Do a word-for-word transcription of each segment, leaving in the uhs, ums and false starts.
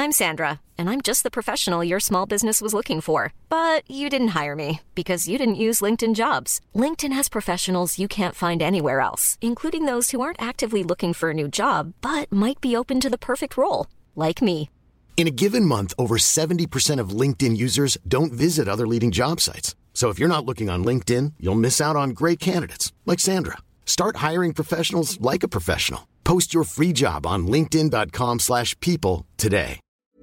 I'm Sandra, and I'm just the professional your small business was looking for. But you didn't hire me because you didn't use LinkedIn Jobs. LinkedIn has professionals you can't find anywhere else, including those who aren't actively looking for a new job, but might be open to the perfect role, like me. In a given month, over seventy percent of LinkedIn users don't visit other leading job sites. So if you're not looking on LinkedIn, you'll miss out on great candidates like Sandra. Start hiring professionals like a professional. Post your free job on linkedin dot com slash people today.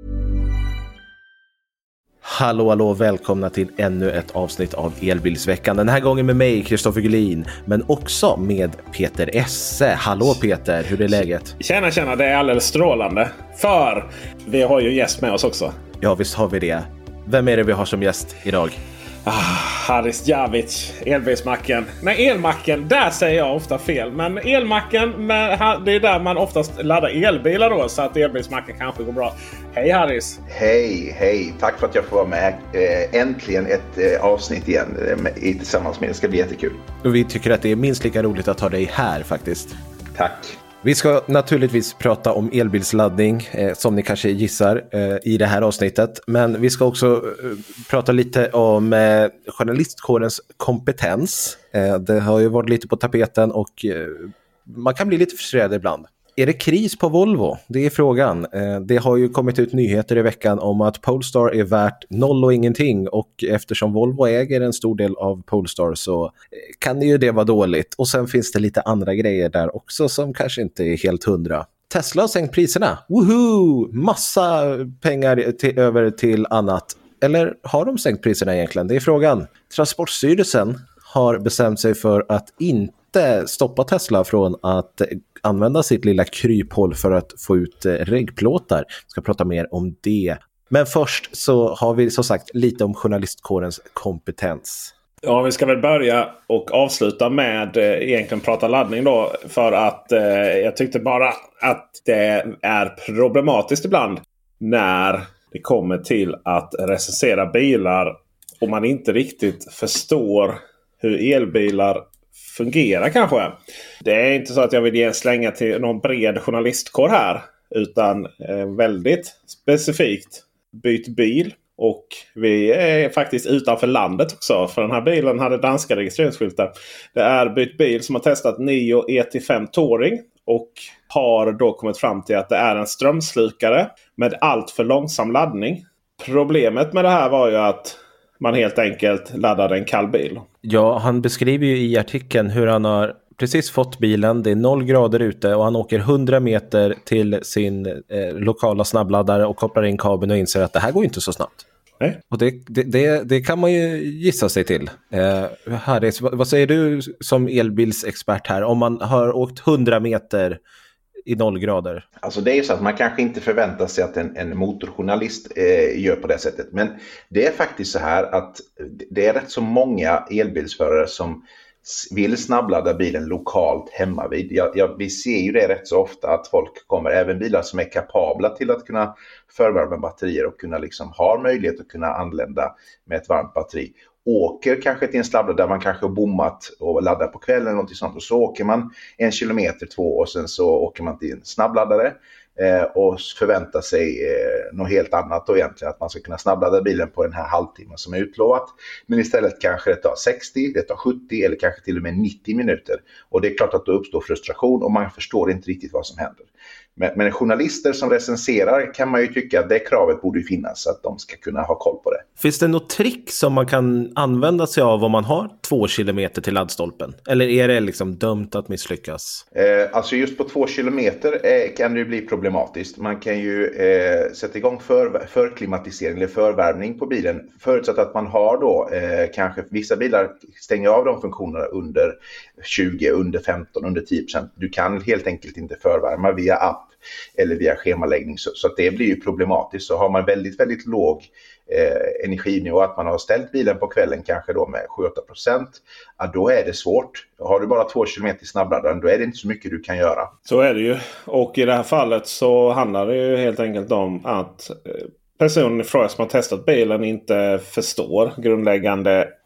Hallå, hallå, välkomna till ännu ett avsnitt av Elbilsveckan. Den här gången med mig, Kristoffer Gullin, men också med Peter Esse. Hallå Peter, hur är läget? Tjena, tjena, det är alldeles strålande. För vi har ju gäst med oss också. Ja, visst har vi det. Vem är det vi har som gäst idag? Ah, Haris Javic, elbilsmacken. Nej, elmacken, där säger jag ofta fel. Men elmacken, det är där man oftast laddar elbilar då. Så att elbilsmacken kanske går bra. Hej Haris! Hej, hej! Tack för att jag får vara med. Äh, äntligen ett äh, avsnitt igen äh, tillsammans med. Det ska bli jättekul. Och vi tycker att det är minst lika roligt att ha dig här faktiskt. Tack! Vi ska naturligtvis prata om elbilsladdning, eh, som ni kanske gissar, eh, i det här avsnittet. Men vi ska också eh, prata lite om eh, journalistkårens kompetens. Eh, det har ju varit lite på tapeten och eh, man kan bli lite frustrerad ibland. Är det kris på Volvo? Det är frågan. Eh, det har ju kommit ut nyheter i veckan om att Polestar är värt noll och ingenting. Och eftersom Volvo äger en stor del av Polestar så eh, kan ju det vara dåligt. Och sen finns det lite andra grejer där också som kanske inte är helt hundra. Tesla har sänkt priserna. Woohoo! Massa pengar till, över till annat. Eller har de sänkt priserna egentligen? Det är frågan. Transportstyrelsen har bestämt sig för att inte stoppa Tesla från att använda sitt lilla kryphål för att få ut regplåtar. Vi ska prata mer om det. Men först så har vi som sagt lite om journalistkårens kompetens. Ja, vi ska väl börja och avsluta med eh, egentligen prata laddning då. För att eh, jag tyckte bara att det är problematiskt ibland när det kommer till att recensera bilar och man inte riktigt förstår hur elbilar fungerar kanske. Det är inte så att jag vill ge en slänga till någon bred journalistkår här. Utan eh, väldigt specifikt byt bil. Och vi är faktiskt utanför landet också. För den här bilen hade danska registreringsskyltar. Det är byt bil som har testat Nio E T fem Touring. Och har då kommit fram till att det är en strömslukare med allt för långsam laddning. Problemet med det här var ju att man helt enkelt laddade en kall bil. Ja, han beskriver ju i artikeln hur han har precis fått bilen. Det är noll grader ute och han åker hundra meter till sin eh, lokala snabbladdare och kopplar in kabeln och inser att det här går inte så snabbt. Nej. Och det, det, det, det kan man ju gissa sig till. Eh, Harris, vad, vad säger du som elbilsexpert här? Om man har åkt hundra meter i noll grader. Alltså det är ju så att man kanske inte förväntar sig att en, en motorjournalist eh, gör på det sättet. Men det är faktiskt så här att det är rätt så många elbilsförare som vill snabbladda bilen lokalt hemma vid. Jag, jag, vi ser ju det rätt så ofta att folk kommer, även bilar som är kapabla till att kunna förvärva batterier och kunna liksom ha möjlighet att kunna anlända med ett varmt batteri. Åker kanske till en snabbladdare där man kanske har bommat och laddar på kvällen eller något sånt. Och så åker man en kilometer, två och sen så åker man till en snabbladdare eh, och förväntar sig eh, något helt annat då egentligen. Att man ska kunna snabbladda bilen på den här halvtimmen som är utlovat. Men istället kanske det tar sextio, det tar sjuttio eller kanske till och med nittio minuter. Och det är klart att då uppstår frustration och man förstår inte riktigt vad som händer. Men, men journalister som recenserar kan man ju tycka att det kravet borde ju finnas så att de ska kunna ha koll på det. Finns det något trick som man kan använda sig av om man har två kilometer till laddstolpen? Eller är det liksom dömt att misslyckas? Eh, alltså just på två kilometer eh, kan det ju bli problematiskt. Man kan ju eh, sätta igång för, förklimatisering eller förvärmning på bilen. Förutsatt att man har då eh, kanske vissa bilar stänger av de funktionerna under tjugo, under femton, under tio procent. Du kan helt enkelt inte förvärma via app eller via schemaläggning, så, så att det blir ju problematiskt. Så har man väldigt, väldigt låg eh, energinivå, att man har ställt bilen på kvällen kanske då med sju till åtta procent, ja, då är det svårt. Har du bara två kilometer snabbladdaren, då är det inte så mycket du kan göra. Så är det ju. Och i det här fallet så handlar det ju helt enkelt om att personen i fråga som har testat bilen inte förstår grundläggande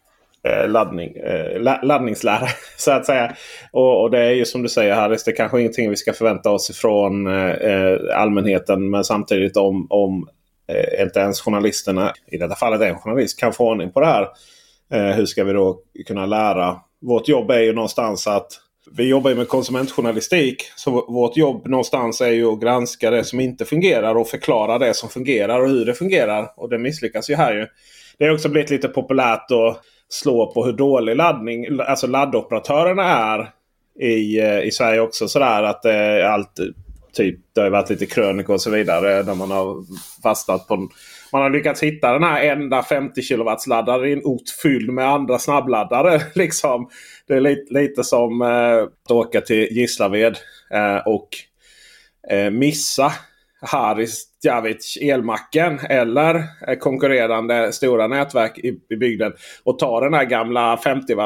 eh, laddning, eh, laddningslära så att säga. Och, och det är ju som du säger Harris, det är kanske ingenting vi ska förvänta oss ifrån eh, allmänheten, men samtidigt om, om eh, inte ens journalisterna, i detta fallet en journalist, kan få ordning på det här. Eh, hur ska vi då kunna lära? Vårt jobb är ju någonstans att vi jobbar ju med konsumentjournalistik, så vårt jobb någonstans är ju att granska det som inte fungerar och förklara det som fungerar och hur det fungerar. Och det misslyckas ju här ju. Det har också blivit lite populärt att slå på hur dålig laddning, alltså laddoperatörerna är i, i Sverige också. Sådär att det är alltid typ, det har varit lite krönikor och så vidare där man har fastnat på, man har lyckats hitta den här enda femtio kilowatt laddare i en ort fylld med andra snabbladdare. Liksom. Det är lite, lite som eh, att åka till Gislaved eh, och eh, missa Haris Djavic elmacken eller eh, konkurrerande stora nätverk i, i bygden och ta den här gamla femtio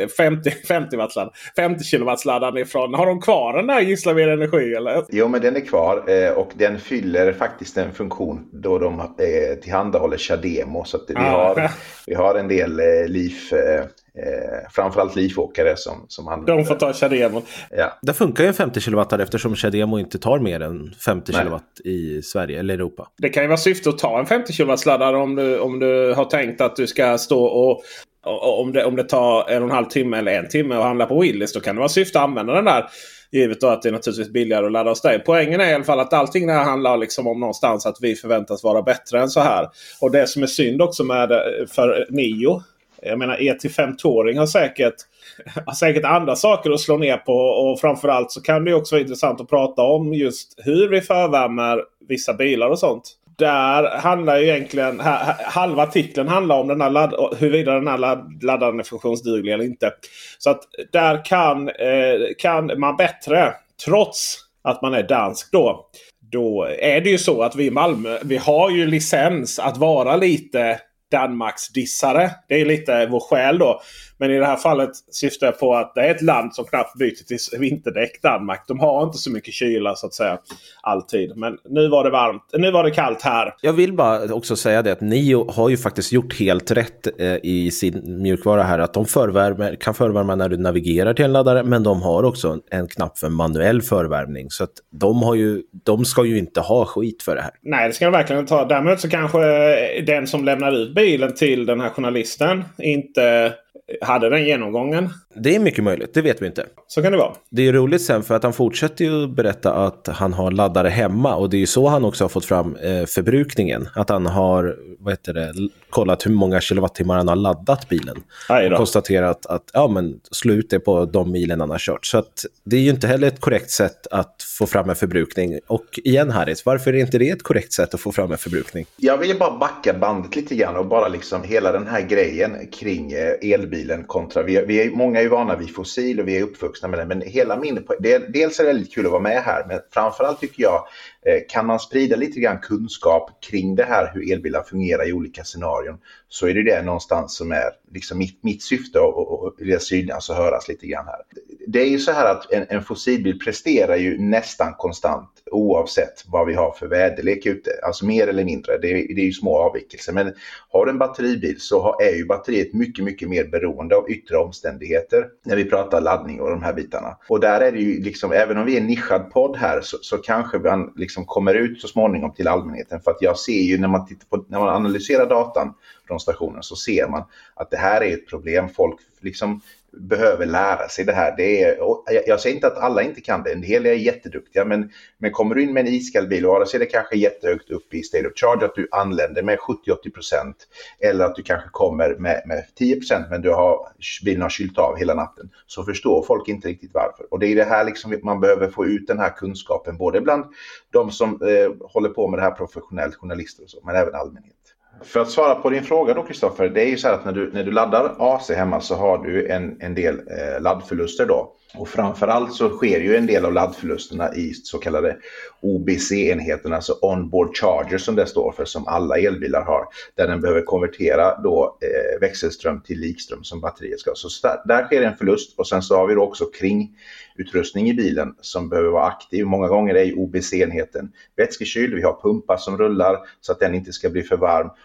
kilowatt laddaren ifrån. Har de kvar den där Gislaved Energi eller? Jo, men den är kvar och den fyller faktiskt en funktion då de eh, tillhandahåller Chademo, så att vi, ah. har, vi har en del eh, Leaf eh, Eh, framförallt Leaf-åkare som, som han... De får ta Chademo. Ja. Det funkar ju en femtio kilowatt eftersom Chademo inte tar mer än femtio kilowatt i Sverige eller Europa. Det kan ju vara syfte att ta en femtio kilowatt laddare om du, om du har tänkt att du ska stå och, och om, det, om det tar en och en halv timme eller en timme och handla på Willys, då kan det vara syfte att använda den där. Givet då att det är naturligtvis billigare att ladda hos dig. Poängen är i alla fall att allting det här handlar liksom om någonstans att vi förväntas vara bättre än så här. Och det som är synd också med för Nio, jag menar E T fem Touring har säkert, har säkert andra saker att slå ner på. Och framförallt så kan det också vara intressant att prata om just hur vi förvärmer vissa bilar och sånt. Där handlar ju egentligen, halva artikeln handlar om den här ladd, huruvida den här ladd, laddaren är funktionsduglig eller inte. Så att där kan, eh, kan man bättre, trots att man är dansk då. Då är det ju så att vi i Malmö, vi har ju licens att vara lite Danmarks dissare. Det är lite vår själ då. Men i det här fallet syftar jag på att det är ett land som knappt byter till vinterdäck, Danmark. De har inte så mycket kyla så att säga alltid. Men nu var det varmt. Nu var det kallt här. Jag vill bara också säga det att Nio har ju faktiskt gjort helt rätt eh, i sin mjukvara här. Att de förvärmer, kan förvärma när du navigerar till en laddare. Men de har också en knapp för manuell förvärmning. Så att de, har ju, de ska ju inte ha skit för det här. Nej, det ska de verkligen ta. Däremot så kanske den som lämnar ut bilen till den här journalisten inte hade den genomgången. Det är mycket möjligt, det vet vi inte. Så kan det vara. Det är roligt sen för att han fortsätter ju berätta att han har laddare hemma. Och det är ju så han också har fått fram eh, förbrukningen. Att han har, vad heter det, kollat hur många kilowattimmar han har laddat bilen. Och konstaterat att ja, men slå ut det på de milen han har kört. Så att det är ju inte heller ett korrekt sätt att få fram en förbrukning. Och igen Harris, varför är inte det ett korrekt sätt att få fram en förbrukning? Jag vill bara backa bandet lite grann och bara liksom hela den här grejen kring elbilen kontra, vi är, vi är många är ju vana vid fossil och vi är uppvuxna med det, men hela min, det, dels är det väldigt kul att vara med här, men framförallt tycker jag kan man sprida lite grann kunskap kring det här hur elbilar fungerar i olika scenarion, så är det det någonstans som är liksom mitt, mitt syfte och vilja synas och höras lite grann här. Det är ju så här att en, en fossilbil presterar ju nästan konstant oavsett vad vi har för väderlek ute, alltså mer eller mindre, det är, det är ju små avvikelser, men har du en batteribil så är ju batteriet mycket mycket mer beroende av yttre omständigheter när vi pratar laddning och de här bitarna. Och där är det ju liksom, även om vi är en nischad podd här så, så kanske man liksom kommer ut så småningom till allmänheten, för att jag ser ju när man tittar på, när man analyserar datan från stationen så ser man att det här är ett problem. Folk liksom behöver lära sig det här. Det är, jag, jag säger inte att alla inte kan det. En del är jätteduktiga, men, men kommer du in med en iskall bil och så är det kanske jättehögt upp i state of charge att du anländer med sjuttio till åttio procent, eller att du kanske kommer med, med tio procent men du har, bilen har kylt av hela natten, så förstår folk inte riktigt varför. Och det är det här liksom, man behöver få ut den här kunskapen både bland de som eh, håller på med det här professionellt, journalister och så, men även allmänhet. För att svara på din fråga då, Kristoffer, det är ju så här att när du, när du laddar A C hemma så har du en, en del eh, laddförluster då. Och framförallt så sker ju en del av laddförlusterna i så kallade O B C-enheterna, alltså onboard charger som det står för, som alla elbilar har. Där den behöver konvertera då eh, växelström till likström som batteriet ska. Så där, där sker en förlust, och sen så har vi då också kringutrustning i bilen som behöver vara aktiv. Många gånger är i O B C-enheten vätskekyld, vi har pumpar som rullar så att den inte ska bli för varm.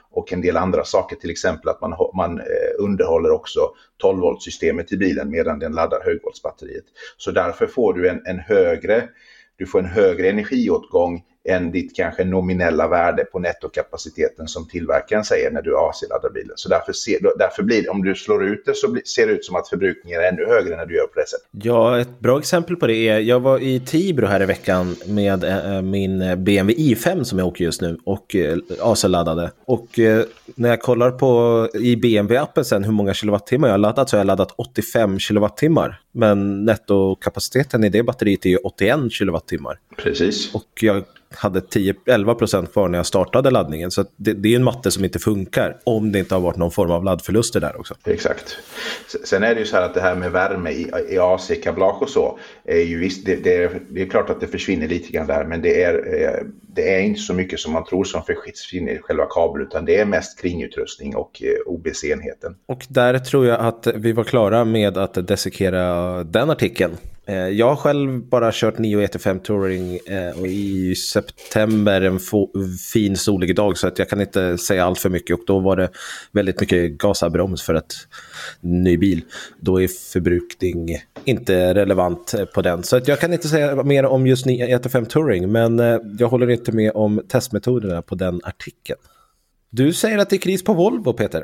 och en del andra saker, till exempel att man, man underhåller också tolv volt systemet i bilen medan den laddar högvoltsbatteriet. Så därför får du en, en högre du får en högre energiåtgång än ditt kanske nominella värde på nettokapaciteten som tillverkaren säger när du A C-laddar bilen. Så därför, ser, därför blir det, om du slår ut det så blir, ser det ut som att förbrukningen är ännu högre när du gör på det sättet. Ja, ett bra exempel på det är, jag var i Tibro här i veckan med äh, min B M W i fem som jag åker just nu och äh, A C-laddade. Och äh, när jag kollar på i B M W-appen sen hur många kilowattimmar jag har laddat så har jag laddat åttiofem kilowattimmar. Men nettokapaciteten i det batteriet är ju åttioen kilowattimmar. Precis. Och jag hade tio till elva procent kvar när jag startade laddningen. Så det, det är en matte som inte funkar om det inte har varit någon form av laddförluster där också. Exakt. Sen är det ju så här att det här med värme i, i A C-kablage och så är ju visst, det, det, är, det är klart att det försvinner lite grann där, men det är, det är inte så mycket som man tror som försvinner i själva kabeln, utan det är mest kringutrustning och O B C-enheten. Och där tror jag att vi var klara med att dissekera den artikeln. Jag har själv bara kört nio E T fem Touring och i september en få- fin solig dag, så att jag kan inte säga allt för mycket, och då var det väldigt mycket gasabroms för ett ny bil. Då är förbrukning inte relevant på den, så att jag kan inte säga mer om just nio E T fem Touring, men jag håller inte med om testmetoderna på den artikeln. Du säger att det är kris på Volvo, Peter.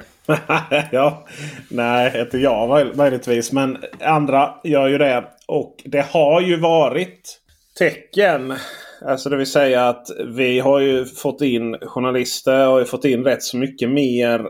Ja, nej, inte jag möjligtvis, men andra gör ju det. Och det har ju varit tecken. Alltså det vill säga att vi har ju fått in journalister och har ju fått in rätt så mycket mer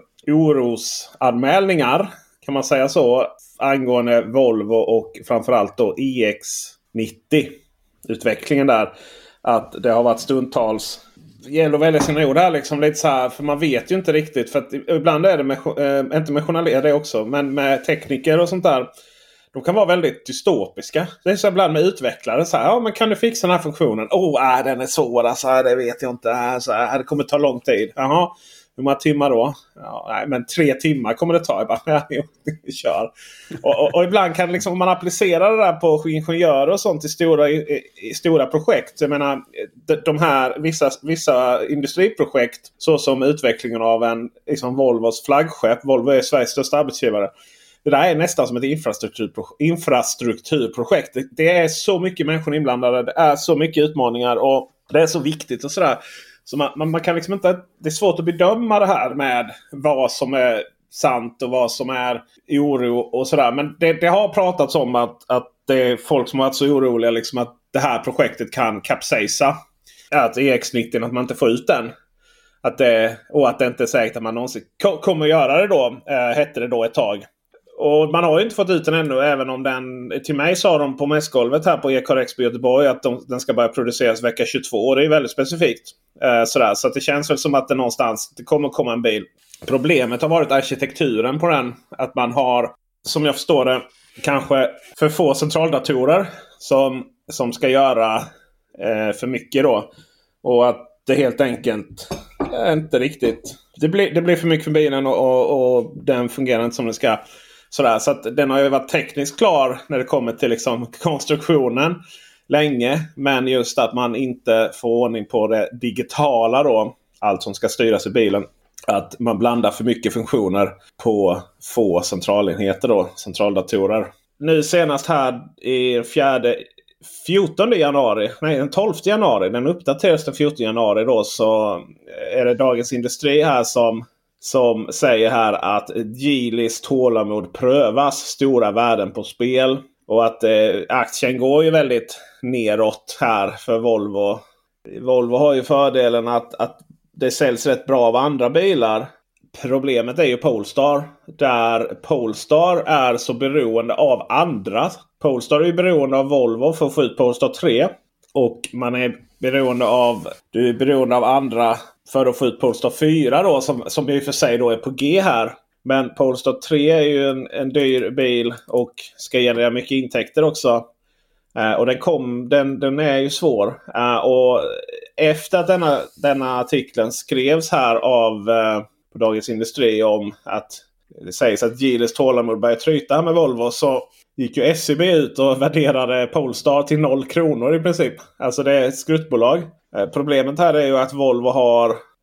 orosanmälningar, kan man säga så, angående Volvo och framförallt då E X nittio. Utvecklingen där. Att det har varit stundtals... Det gäller att välja sina ord här liksom lite så här, för man vet ju inte riktigt, för att ibland är det med, äh, inte med journalister det också, men med tekniker och sånt där, de kan vara väldigt dystopiska. Det är så ibland med utvecklare så här, ja men kan du fixa den här funktionen? Åh, äh, den är svår, alltså, det vet jag inte, äh, så här, det kommer ta lång tid. Jaha, hur många timmar då? Ja, nej, men tre timmar kommer det ta. Jag bara, ja, vi kör. Och, och, och ibland kan liksom, om man applicerar det där på ingenjörer och sånt i stora, i, i stora projekt. Jag menar, de, de här vissa, vissa industriprojekt, så som utvecklingen av en liksom Volvos flaggskepp. Volvo är Sveriges största arbetsgivare. Det där är nästan som ett infrastrukturprojekt. infrastrukturprojekt. Det, det är så mycket människor inblandade. Det är så mycket utmaningar och det är så viktigt och sådär. Så man, man, man kan liksom inte, det är svårt att bedöma det här med vad som är sant och vad som är oro och sådär. Men det, det har pratats om att, att det är folk som har varit så oroliga liksom att det här projektet kan kapsejsa. Att E X nittio, att man inte får ut den. Att det, och att det inte är säkert att man någonsin ko- kommer göra det då, äh, hette det då ett tag. Och man har ju inte fått ut den ännu, även om den, till mig sa de på mässgolvet här på E K R X på Göteborg att de, den ska börja produceras vecka tjugotvå. Och det är väldigt specifikt. Eh, sådär. Så att det känns väl som att det någonstans det kommer komma en bil. Problemet har varit arkitekturen på den. Att man har, som jag förstår det, kanske för få centraldatorer som, som ska göra eh, för mycket då. Och att det helt enkelt är inte riktigt... Det blir, det blir för mycket för bilen och, och, och den fungerar inte som den ska. Sådär, så att den har ju varit tekniskt klar när det kommer till liksom konstruktionen länge. Men just att man inte får ordning på det digitala då. Allt som ska styras i bilen. Att man blandar för mycket funktioner på få centralenheter då. Centraldatorer. Nu senast här i fjärde... fjortonde januari, nej den tolfte januari, den uppdateras den fjortonde januari då, så är det Dagens Industri här som, som säger här att Geelys tålamod prövas, stora värden på spel, och att eh, aktien går ju väldigt neråt här för Volvo. Volvo har ju fördelen att, att det säljs rätt bra av andra bilar. Problemet är ju Polestar, där Polestar är så beroende av andra. Polestar är ju beroende av Volvo för att få ut Polestar tre. Och man är beroende av, du är beroende av andra för att få ut Polestar fyra då, som, som i och för sig då är på G här. Men Polestar tre är ju en, en dyr bil och ska generera mycket intäkter också. Uh, och den, kom, den, den är ju svår. Uh, och efter att denna, denna artikeln skrevs här av... Uh, på Dagens Industri om att det sägs att Geelys tålamod börjar tryta här med Volvo, så gick ju S E B ut och värderade Polestar till noll kronor i princip. Alltså det är ett skruttbolag. Eh, problemet här är ju att Volvo har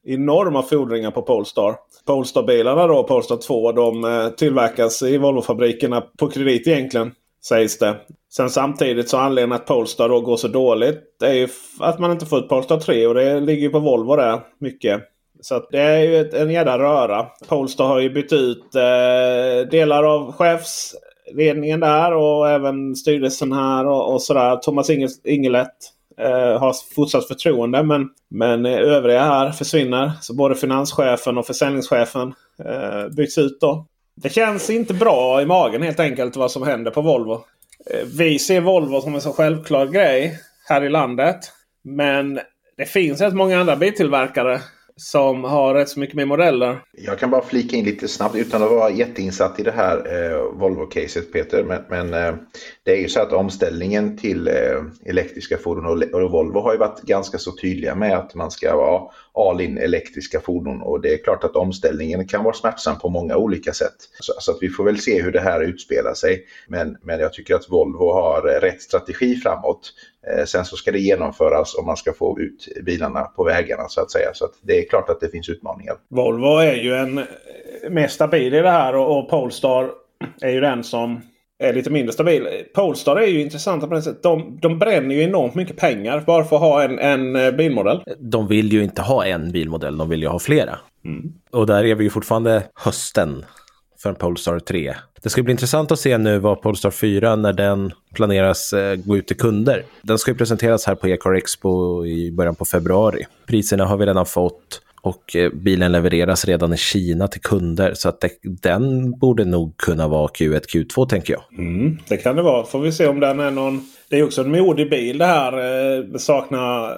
enorma fordringar på Polestar. Polestar-bilarna då, Polestar två, de tillverkas i Volvo-fabrikerna på kredit egentligen, sägs det. Sen samtidigt så anledningen att Polestar då går så dåligt är ju att man inte får ut Polestar tre, och det ligger ju på Volvo där mycket. Så att det är ju ett, en jävla röra. Polestar har ju bytt ut eh, delar av chefsledningen där och även styrelsen här och, och sådär. Thomas Ingelett eh, har fortsatt förtroende, men, men övriga här försvinner. Så både finanschefen och försäljningschefen eh, byts ut då. Det känns inte bra i magen helt enkelt vad som händer på Volvo. Eh, vi ser Volvo som en så självklar grej här i landet. Men det finns rätt många andra biltillverkare som har rätt så mycket mer modeller. Jag kan bara flika in lite snabbt utan att vara jätteinsatt i det här eh, Volvo-caset, Peter. Men, men eh, det är ju så att omställningen till eh, elektriska fordon och, och Volvo har ju varit ganska så tydliga med att man ska vara all in elektriska fordon. Och det är klart att omställningen kan vara smärtsam på många olika sätt. Så, så att vi får väl se hur det här utspelar sig. Men, men jag tycker att Volvo har rätt strategi framåt. Eh, sen så ska det genomföras om man ska få ut bilarna på vägarna så att säga. Så att det är klart att det finns utmaningar. Volvo är ju en mer stabil i det här och, och Polestar är ju den som är lite mindre stabil. Polestar är ju intressanta på det sättet. De, de bränner ju enormt mycket pengar bara för att ha en, en bilmodell. De vill ju inte ha en bilmodell, de vill ju ha flera. Mm. Och där är vi ju fortfarande hösten för Polestar tre. Det ska bli intressant att se nu vad Polestar fyra, när den planeras eh, gå ut till kunder. Den ska ju presenteras här på E-car Expo i början på februari. Priserna har vi redan fått och eh, bilen levereras redan i Kina till kunder. Så att det, den borde nog kunna vara Q ett, Q två tänker jag. Mm, det kan det vara. Får vi se om den är någon... Det är också en modig bil det här. Eh, saknar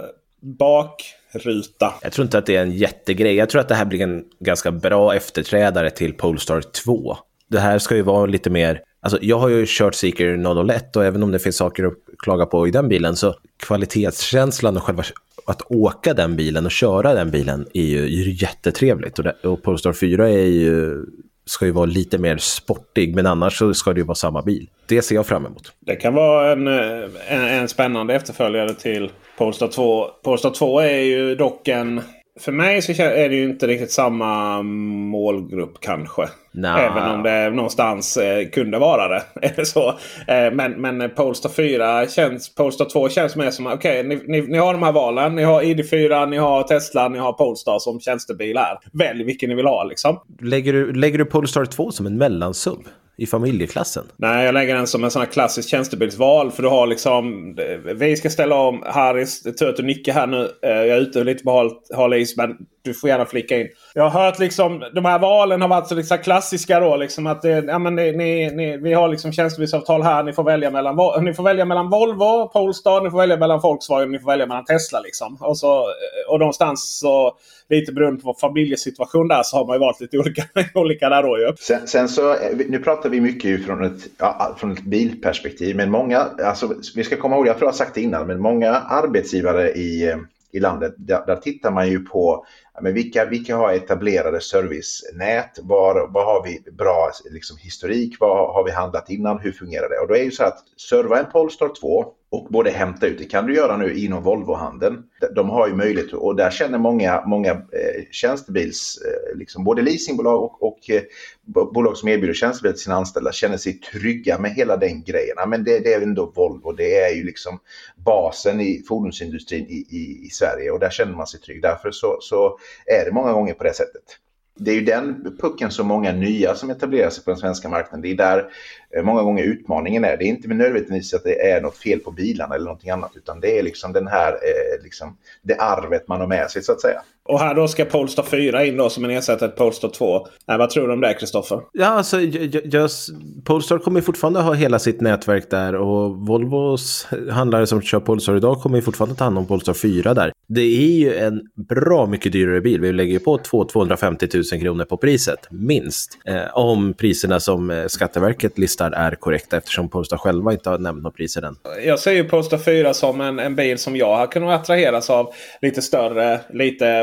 bakruta. Jag tror inte att det är en jättegrej. Jag tror att det här blir en ganska bra efterträdare till Polestar två. Det här ska ju vara lite mer... Alltså jag har ju kört Zeekr noll noll ett och även om det finns saker att klaga på i den bilen så kvalitetskänslan och själva att åka den bilen och köra den bilen är ju, är ju jättetrevligt. Och, det, och Polestar fyra är ju, ska ju vara lite mer sportig, men annars så ska det ju vara samma bil. Det ser jag fram emot. Det kan vara en, en, en spännande efterföljare till Polestar två. Polestar två är ju dock en... För mig så är det ju inte riktigt samma målgrupp kanske. Nah. Även om det någonstans eh, kunde vara det. så. Eh, men, men Polestar fyra känns, Polestar två känns mer som okej, okay, ni, ni, ni har de här valen. Ni har I D fyra, ni har Tesla, ni har Polestar som tjänstebil här. Välj vilken ni vill ha liksom. Lägger du, lägger du Polestar två som en mellansub i familjeklassen? Nej, jag lägger den som en sån här klassisk tjänstebilsval. För du har liksom... Vi ska ställa om Harris, Tut och Nicke här nu. Jag är ute lite på hal is, men du får gärna flika in. Jag har hört liksom... De här valen har varit så liksom klassiska då. Liksom att det, ja, men ni, ni, ni, vi har liksom tjänstebilsavtal här. Ni får välja mellan, ni får välja mellan Volvo, Polestar. Ni får välja mellan Volkswagen. Ni får välja mellan Tesla liksom. Och, så, och någonstans så... Lite beroende på familjesituation där så har man ju valt lite olika, olika där då ju. Sen, sen så, nu pratar vi mycket från ett, ja, från ett bilperspektiv. Men många, alltså vi ska komma ihåg, jag tror jag har sagt det innan, men många arbetsgivare i, i landet, där, där tittar man ju på ja, men vilka, vilka har etablerade servicenät, var, vad har vi bra liksom, historik, vad har vi handlat innan, hur fungerar det? Och då är ju så att serva en Polestar två och både hämta ut, det kan du göra nu inom Volvo-handeln. De har ju möjlighet och där känner många, många eh, tjänstebils, eh, liksom både leasingbolag och, och eh, bolag som erbjuder tjänstebil till sina anställda känner sig trygga med hela den grejen. Ja, men det, det är ändå Volvo, det är ju liksom basen i fordonsindustrin i, i, i Sverige och där känner man sig trygg. Därför så, så är det många gånger på det sättet. Det är ju den pucken som många nya som etablerar sig på den svenska marknaden. Det är där många gånger utmaningen är. Det är inte nödvändigtvis att det är något fel på bilarna eller någonting annat. Utan det är liksom den här, eh, liksom, det arvet man har med sig så att säga. Och här då ska Polestar fyra in då som en ersättare till Polestar två. Nej, vad tror du om det, Kristoffer? Ja, alltså just, Polestar kommer fortfarande ha hela sitt nätverk där och Volvos handlare som kör Polestar idag kommer fortfarande ta hand om Polestar fyra där. Det är ju en bra mycket dyrare bil. Vi lägger ju på två tvåhundrafemtio tusen kronor på priset, minst. Eh, om priserna som eh, Skatteverket listar är korrekta eftersom Polestar själva inte har nämnt några priser än. Jag ser ju Polestar fyra som en, en bil som jag har kunnat attraheras av. Lite större, lite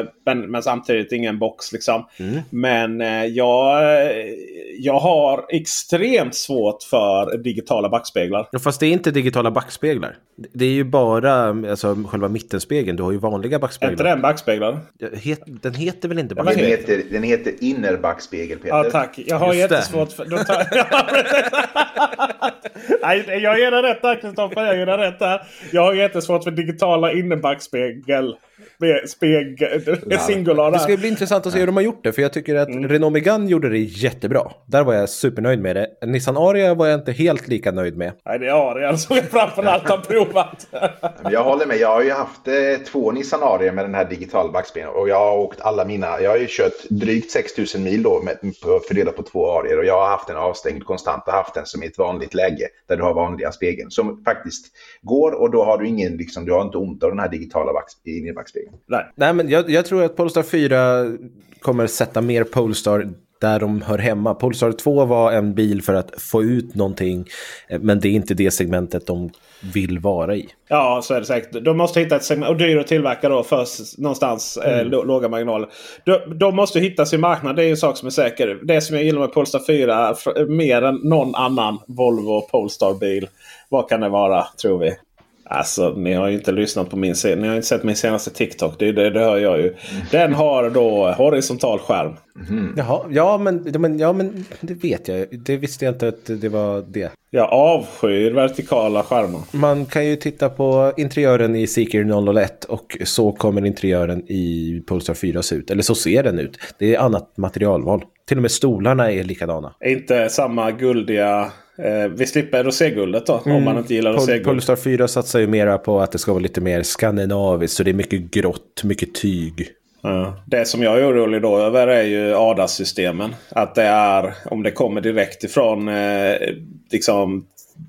men, men samtidigt ingen box liksom. Mm. Men eh, jag, jag har extremt svårt för digitala backspeglar. Ja, fast det är inte digitala backspeglar. Det är ju bara alltså, själva mittenspegeln. Du har ju vanliga backspeglar. Är inte den backspeglar? Den heter väl inte Den backspegel? heter, den heter innerbackspegel, Peter. Ja, tack. Jag har Just det. jättesvårt för... Då tar... Nej, jag ger dig rätt där, Kristoffer. Jag ger dig rätt där. Jag har jättesvårt för digitala innerbackspegel. Spegel. Singular där. Det ska bli intressant att se hur de har gjort det. För jag tycker att mm. Renault Megane gjorde det jättebra. Där var jag supernöjd med det. Nissan Ariya var jag inte helt lika nöjd med. Nej, det är Ariya som jag framförallt har provat. Jag håller med. Jag har ju haft eh, två Nissan Ariya med den här digital backspegeln. Och jag har åkt alla mina. Jag har ju kört drygt sex tusen mil då med, fördelat på två Ariya. Och jag har haft en avstängd konstant och haft den som i ett vanligt läge. Där du har vanliga spegeln. Som faktiskt går och då har du ingen, liksom, du har inte ont av den här digitala backspegeln. Nej. Nej, men jag, jag tror att Polestar fyra kommer sätta mer Polestar där de hör hemma. Polestar två var en bil för att få ut någonting, men det är inte det segmentet de vill vara i. Ja, så är det säkert. De måste hitta ett segment, och dyr att tillverka då först någonstans mm. eh, låga marginaler. De, de måste hitta sin marknad, det är ju en sak som är säker. Det som jag gillar med Polestar fyra mer än någon annan Volvo Polestar-bil. Vad kan det vara, tror vi? Alltså, ni har ju inte lyssnat på min sen- ni har inte sett min senaste TikTok. Det, det, det hör jag ju. Den har då horisontal skärm. Mm. Jaha, ja men, men, ja men det vet jag. Det visste jag inte att det var det. Jag avskyr vertikala skärmar. Man kan ju titta på interiören i Zeekr noll noll ett och så kommer interiören i Polestar fyra se ut. Eller så ser den ut. Det är annat materialval. Till och med stolarna är likadana. Inte samma guldiga... Eh, vi slipper roséguldet då, mm. om man inte gillar roséguld. Polestar fyra satsar ju mera på att det ska vara lite mer skandinaviskt, så det är mycket grått, mycket tyg. Ja. Det som jag är orolig då över är ju A D A S-systemen. Att det är, om det kommer direkt ifrån eh, liksom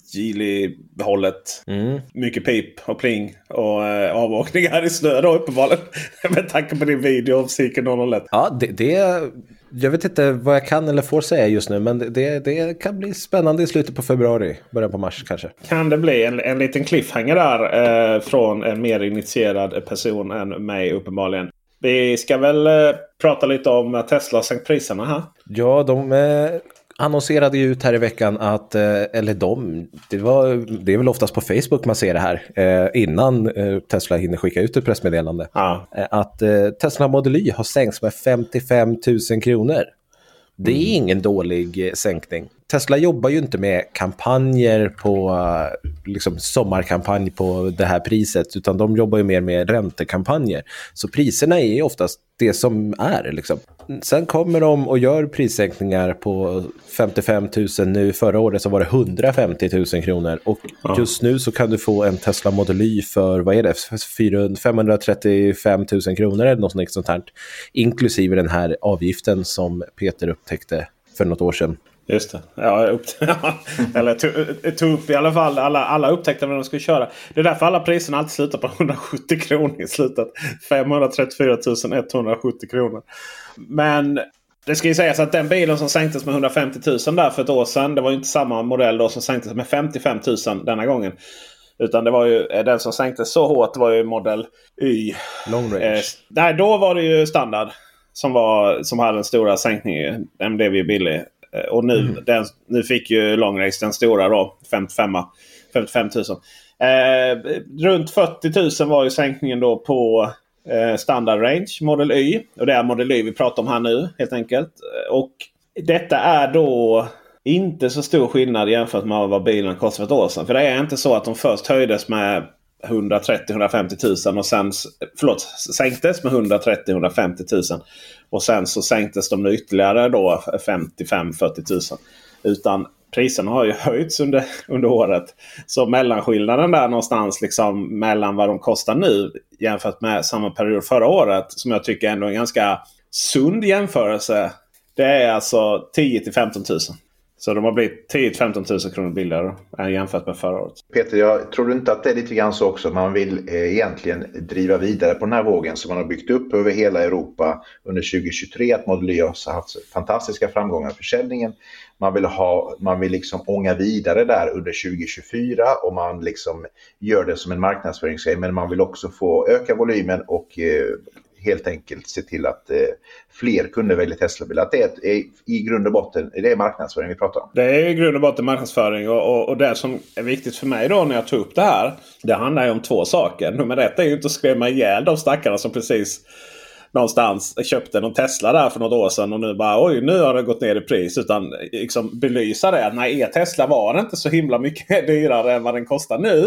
Geely-hållet. Mm. Mycket pip och pling och eh, avåkningar i snö då uppenbarligen. Med tanke på din video om Zeekr noll noll ett. Ja, det, det jag vet inte vad jag kan eller får säga just nu, men det, det kan bli spännande i slutet på februari, början på mars kanske. Kan det bli en, en liten cliffhanger där eh, från en mer initierad person än mig uppenbarligen. Vi ska väl eh, prata lite om att Tesla har sänkt priserna här. Ja, de eh, annonserade ju ut här i veckan att, eh, eller de, det, var, det är väl oftast på Facebook man ser det här, eh, innan eh, Tesla hinner skicka ut ett pressmeddelande. Ja. Eh, att eh, Tesla Model Y har sänkts med femtiofem tusen kronor. Det är ingen dålig eh, sänkning. Tesla jobbar ju inte med kampanjer på liksom sommarkampanj på det här priset, utan de jobbar ju mer med räntekampanjer. Så priserna är ju oftast det som är liksom. Sen kommer de och gör prissänkningar på femtiofem tusen nu. Förra året så var det hundrafemtio tusen kronor och ja. Just nu så kan du få en Tesla Model Y för, vad är det, femhundratrettiofem tusen kronor eller något sånt här, inklusive den här avgiften som Peter upptäckte för något år sedan. Just det. Ja, upp, eller tog, tog upp i alla fall. Alla, alla upptäckte när de skulle köra. Det är därför alla priserna alltid slutar på hundrasjuttio kronor i slutet. femhundratrettiofyra tusen etthundrasjuttio kronor. Men det ska ju sägas att den bilen som sänktes med hundrafemtio tusen där för ett år sedan. Det var ju inte samma modell då som sänktes med femtiofem tusen denna gången. Utan det var ju den som sänktes så hårt var ju Model Y. Long range. Eh, nej, då var det ju standard som, var, som hade den stora sänkningen. Den blev ju billig. Och nu, mm. den, nu fick ju Long Range den stora då, femtiofem tusen. Eh, runt fyrtio tusen var ju sänkningen då på eh, standard range, Model Y. Och det är Model Y vi pratar om här nu helt enkelt. Och detta är då inte så stor skillnad jämfört med vad bilen kostade för ett år sedan. För det är inte så att de först höjdes med hundratrettio till hundrafemtio tusen och sen förlåt, sänktes med hundratrettio till hundrafemtio tusen och sen så sänktes de ytterligare då femtiofem till fyrtio tusen, utan priserna har ju höjts under, under året, så mellanskillnaden där någonstans liksom mellan vad de kostar nu jämfört med samma period förra året, som jag tycker ändå är en ganska sund jämförelse, det är alltså tio till femton tusen. Så de har blivit tio till femton tusen kronor billigare än jämfört med förra året. Peter, jag tror inte att det är lite grann så också. Man vill eh, egentligen driva vidare på den här vågen som man har byggt upp över hela Europa under tjugo tjugotre. Att Model Y har haft fantastiska framgångar i försäljningen. Man vill, ha, man vill liksom ånga vidare där under tjugo tjugofyra och man liksom gör det som en marknadsföringsgrej. Men man vill också få öka volymen och eh, helt enkelt se till att eh, fler kunder väljer Tesla-bilar. Att det är, ett, är i grund och botten, det är marknadsföring vi pratar om. Det är i grund och botten marknadsföring och, och, och det som är viktigt för mig då när jag tog upp det här, det handlar ju om två saker. Nummer ett är ju inte att skrämma ihjäl de stackarna som precis någonstans köpte någon Tesla där för något år sedan och nu bara oj, nu har det gått ner i pris, utan liksom belysa det att nej, er Tesla var inte så himla mycket dyrare än vad den kostar nu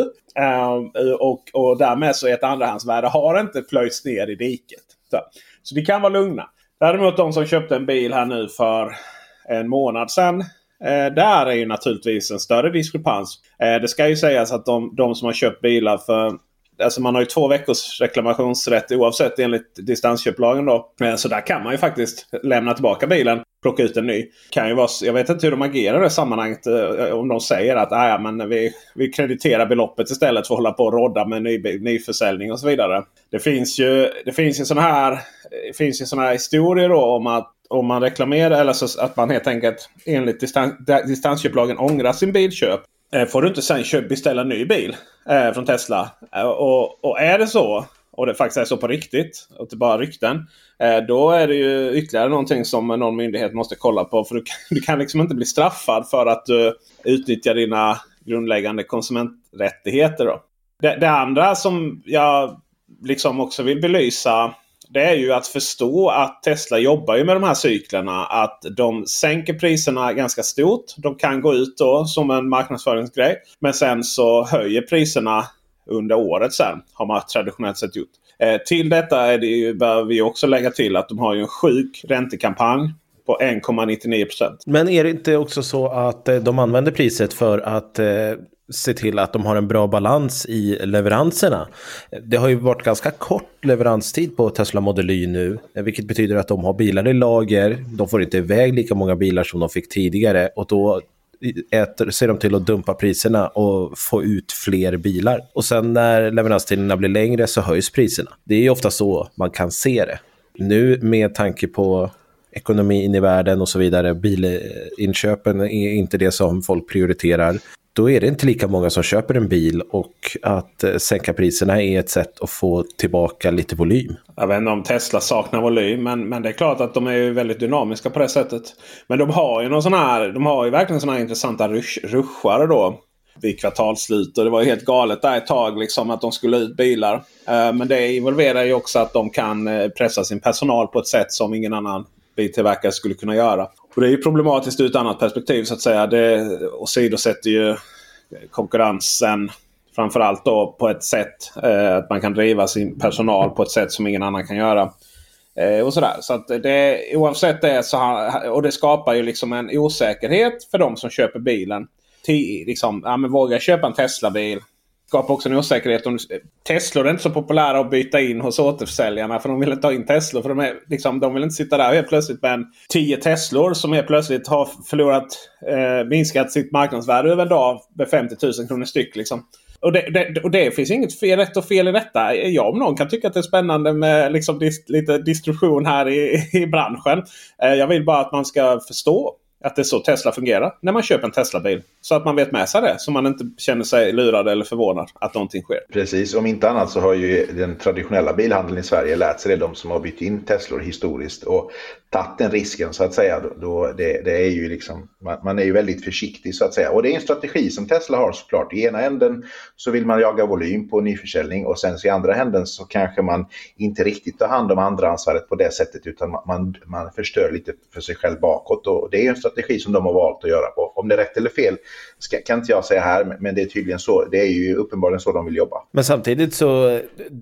uh, och, och därmed så är ett andrahandsvärde har inte plöjts ner i diket. Så, så det kan vara lugna. Däremot de som köpte en bil här nu för en månad sedan, uh, där är ju naturligtvis en större diskrepans. Uh, det ska ju sägas att de, de som har köpt bilar för alltså man har ju två veckors reklamationsrätt oavsett enligt distansköplagen då. Så där kan man ju faktiskt lämna tillbaka bilen, plocka ut en ny. Kan ju vara, jag vet inte hur de agerar i det sammanhanget om de säger att ah, ja, men vi, vi krediterar beloppet istället för att hålla på och rodda med ny, nyförsäljning och så vidare. Det finns ju det finns ju såna här det finns ju såna här historier då om att om man reklamerar eller så att man helt enkelt enligt distans, distansköplagen ångrar sin bilköp. Får du inte sen köp, beställa en ny bil eh, från Tesla. Eh, och, och är det så, och det faktiskt är så på riktigt, och inte bara rykten, eh, då är det ju ytterligare någonting som någon myndighet måste kolla på. För du kan, du kan liksom inte bli straffad för att du utnyttjar dina grundläggande konsumenträttigheter. Då. Det, det andra som jag liksom också vill belysa, det är ju att förstå att Tesla jobbar ju med de här cyklerna. Att de sänker priserna ganska stort. De kan gå ut då som en marknadsföringsgrej. Men sen så höjer priserna under året sen. Har man traditionellt sett gjort. Eh, till detta är det ju, behöver vi också lägga till att de har ju en sjuk räntekampanj på en komma nittionio procent. Men är det inte också så att eh, de använder priset för att eh, se till att de har en bra balans i leveranserna? Det har ju varit ganska kort leveranstid på Tesla Model Y nu, vilket betyder att de har bilar i lager. De får inte iväg lika många bilar som de fick tidigare och då äter, ser de till att dumpa priserna och få ut fler bilar. Och sen när leveranstiderna blir längre så höjs priserna. Det är ju ofta så man kan se det. Nu med tanke på ekonomin i världen och så vidare, bilinköpen är inte det som folk prioriterar. Då är det inte lika många som köper en bil och att sänka priserna är ett sätt att få tillbaka lite volym. Jag vet inte om Tesla saknar volym, men, men det är klart att de är ju väldigt dynamiska på det sättet. Men de har ju någon sån här, de har ju verkligen såna här intressanta rush, rushare då vid kvartalslut, och det var ju helt galet där ett tag liksom att de skulle ut bilar. Uh, men det involverar ju också att de kan pressa sin personal på ett sätt som ingen annan biltillverkare skulle kunna göra. Och det är ju problematiskt ur ett annat perspektiv så att säga. Det åsidosätter ju konkurrensen framförallt då på ett sätt eh, att man kan driva sin personal på ett sätt som ingen annan kan göra. Eh, och sådär. Så att det, oavsett det så har, och det skapar ju liksom en osäkerhet för de som köper bilen. Till, liksom, ja, men vågar köpa en Tesla-bil. Skapar också en osäkerhet om Tesla är inte så populära att byta in hos återförsäljarna, för de vill inte ta in Tesla, för de, är, liksom, de vill inte sitta där helt plötsligt med en tio Teslor som helt plötsligt har förlorat eh, minskat sitt marknadsvärde över en dag med femtio tusen kronor styck liksom. Och det, det, och det finns inget fel, rätt och fel i detta. Jag om någon kan tycka att det är spännande med liksom dis, lite distribution här i, i branschen. Eh, jag vill bara att man ska förstå att det är så Tesla fungerar när man köper en Tesla-bil. Så att man vet med sig det. Så man inte känner sig lurad eller förvånad att någonting sker. Precis, om inte annat så har ju den traditionella bilhandeln i Sverige lärt sig det. De som har bytt in Teslor historiskt och tagit den risken så att säga. Då, då det, det är ju liksom, man, man är ju väldigt försiktig så att säga. Och det är en strategi som Tesla har såklart. I ena änden så vill man jaga volym på nyförsäljning. Och sen så i andra änden så kanske man inte riktigt tar hand om andraansvaret på det sättet. Utan man, man, man förstör lite för sig själv bakåt. Och det är en strategi som de har valt att göra på. Om det är rätt eller fel ska, kan inte jag säga här, men det är tydligen så. Det är ju uppenbarligen så de vill jobba. Men samtidigt så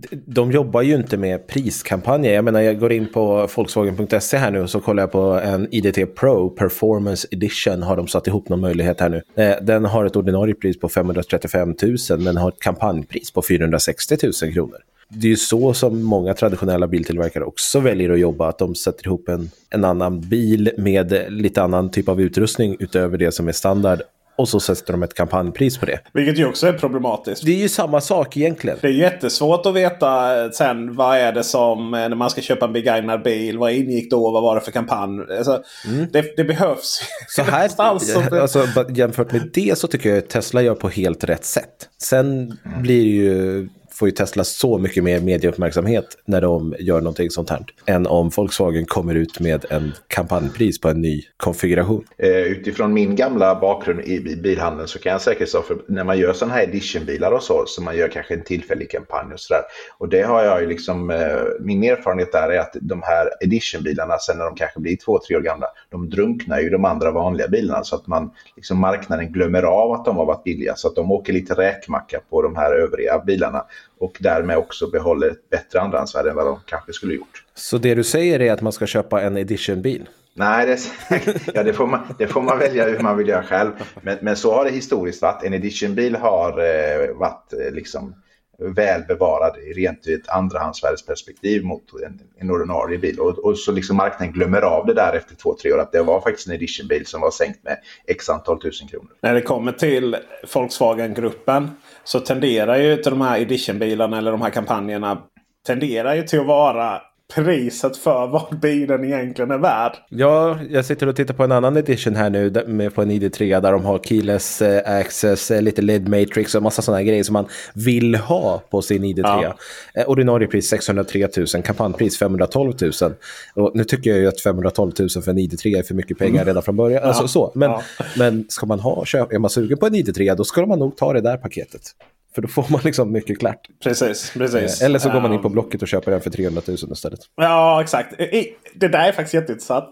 de jobbar ju inte med priskampanjer. Jag menar, jag går in på Volkswagen punkt se här nu och så kollar jag på en I D T Pro Performance Edition, har de satt ihop någon möjlighet här nu. Den har ett ordinarie pris på femhundratrettiofem tusen men har ett kampanjpris på fyrahundrasextio tusen kronor. Det är ju så som många traditionella biltillverkare också väljer att jobba, att de sätter ihop en, en annan bil med lite annan typ av utrustning utöver det som är standard. Och så sätter de ett kampanjpris på det. Vilket ju också är problematiskt. Det är ju samma sak egentligen. Det är jättesvårt att veta sen vad är det som, när man ska köpa en begagnad bil, vad ingick då, vad var det för kampanj? Alltså, mm. det, det behövs. Så här, alltså, jämfört med det så tycker jag att Tesla gör på helt rätt sätt. Sen mm. blir det ju får ju Tesla så mycket mer medieuppmärksamhet när de gör någonting sånt här än om Volkswagen kommer ut med en kampanjpris på en ny konfiguration. Eh, utifrån min gamla bakgrund i bilhandeln så kan jag säkert säga för när man gör sådana här editionbilar och så, så man gör kanske en tillfällig kampanj och sådär. Och det har jag ju liksom, eh, min erfarenhet där är att de här editionbilarna sen när de kanske blir två, tre år gamla, de drunknar ju de andra vanliga bilarna så att man liksom marknaden glömmer av att de har varit billiga så att de åker lite räkmacka på de här övriga bilarna och därmed också behåller ett bättre andrahandsvärde än vad de kanske skulle gjort. Så det du säger är att man ska köpa en editionbil? Nej, det, ja, det, får man, det får man välja hur man vill göra själv. Men, men så har det historiskt varit. En editionbil har eh, varit eh, liksom väl bevarad rent ur ett andrahandsvärdesperspektiv mot en, en ordinarie bil. Och, och så liksom marknaden glömmer av det där efter två, tre år att det var faktiskt en editionbil som var sänkt med x antal tusen kronor. När det kommer till Volkswagen-gruppen så tenderar ju till de här editionbilarna eller de här kampanjerna tenderar ju till att vara priset för vad bilen egentligen är värd. Ja, jag sitter och tittar på en annan edition här nu med på en I D tre där de har keyless eh, access, eh, lite L E D matrix och massa sådana grejer som man vill ha på sin I D tre. Ja. Eh, ordinarie pris sexhundratre tusen, kampanjpris femhundratolv tusen. Och nu tycker jag ju att femhundratolv tusen för en I D tre är för mycket pengar mm. redan från början. Alltså, ja. så. Men, ja. men ska man ha, köp, är man sugen på en I D tre då ska man nog ta det där paketet. För då får man liksom mycket klart. Precis, precis. Eller så går man in på Blocket och köper den för trehundratusen istället. Ja, exakt. Det där är faktiskt jätteintressant.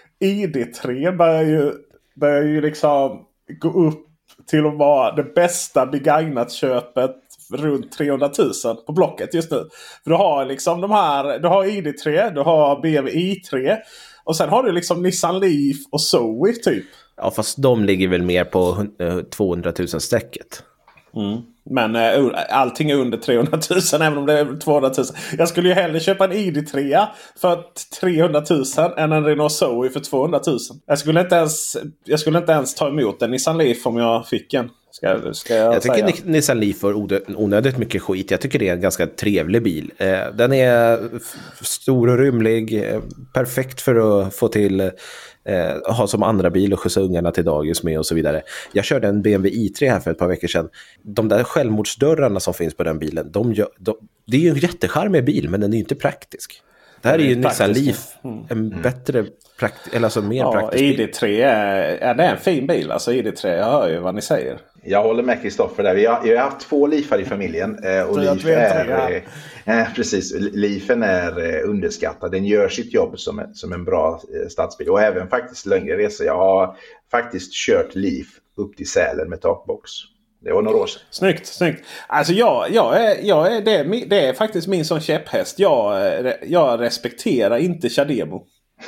I D tre börjar ju, börjar ju liksom gå upp till att vara det bästa begagnat köpet runt trehundratusen på Blocket just nu. För du har liksom de här, du har I D tre, du har B M W i tre och sen har du liksom Nissan Leaf och Zoe typ. Ja, fast de ligger väl mer på tvåhundratusen strecket. Mm. Men uh, allting är under trehundratusen även om det är tvåhundratusen. Jag skulle ju hellre köpa en I D tre för trehundratusen än en Renault Zoe för tvåhundratusen. Jag skulle inte ens, jag skulle inte ens ta emot en Nissan Leaf om jag fick en. Ska, ska jag jag tycker säga. Nissan Leaf får onödigt mycket skit. Jag tycker det är en ganska trevlig bil. Den är stor och rymlig. Perfekt för att få till Eh, ha som andra bil och skjutsa ungarna till dagis med och så vidare. Jag körde en B M W i tre här för ett par veckor sedan. De där självmordsdörrarna som finns på den bilen, de gör, de, det är ju en jättecharmig bil men den är ju inte praktisk. Det här är, är ju Nissan Leaf, mm. en mm. bättre praktisk, eller alltså mer ja, praktisk bil. I D tre är, är det en fin bil, alltså I D tre, jag hör ju vad ni säger. Jag håller med Kristoffer där. Vi har, jag har haft två Leafar i familjen. Eh, och Leaf är, eh, precis, Leafen är eh, underskattad. Den gör sitt jobb som en, som en bra eh, stadsbil. Och även faktiskt längre resor. Jag har faktiskt kört Leaf upp till Sälen med takbox. Det var några år sedan. Snyggt, snyggt. Alltså jag, jag är, jag är, det, är, det är faktiskt min sån käpphäst. Jag, jag respekterar inte Chademo.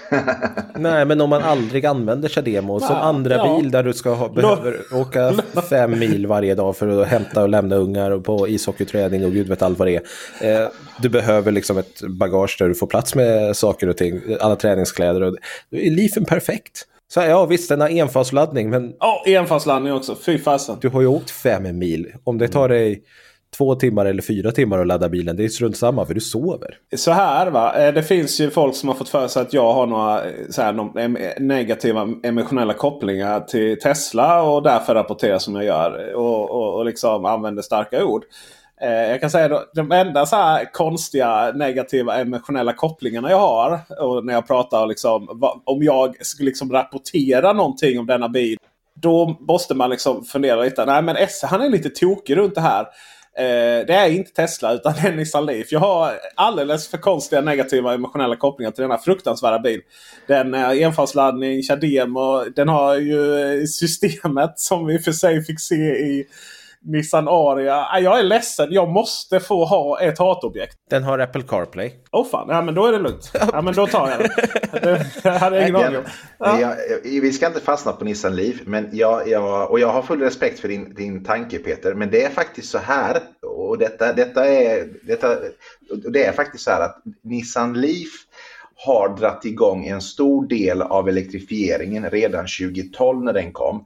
Nej, men om man aldrig använder Chademo som andra ja. bil där du ska ha, behöver åka fem mil varje dag för att hämta och lämna ungar och på ishockeyträning och gud vet allt vad det är. Eh, du behöver liksom ett bagage där du får plats med saker och ting, alla träningskläder och är Leafen perfekt. Så ja, visst, den har enfasladdning, men... Ja, oh, enfasladdning också, fy fasen. Du har ju åkt fem mil. Om det tar dig två timmar eller fyra timmar att ladda bilen, det är strunt samma för du sover. Så här va, det finns ju folk som har fått för sig att jag har några så här, några negativa emotionella kopplingar till Tesla och därför rapporterar som jag gör och, och, och liksom använder starka ord. Jag kan säga att de enda så här konstiga negativa emotionella kopplingarna jag har och när jag pratar liksom, om jag skulle liksom rapportera någonting om denna bil, då måste man liksom fundera lite. Nej, men S, han är lite tokig runt det här. Det är inte Tesla utan det är Nissan Leaf. Jag har alldeles för konstiga negativa emotionella kopplingar till den här fruktansvärda bil. Den är enfasladdning, Chademo, den har ju systemet som vi för sig fick se i Nissan Aria. Jag är ledsen, jag måste få ha ett hatobjekt. Den har Apple CarPlay. Åh oh fan, ja men då är det lugnt. Ja men då tar jag det. Det hade ingen aning om. Ja. Jag, vi ska inte fastna på Nissan Leaf, men jag, jag, och jag har full respekt för din, din tanke Peter, men det är faktiskt så här, och detta, detta är, detta, det är faktiskt så här att Nissan Leaf har dratt igång en stor del av elektrifieringen redan tjugo tolv när den kom.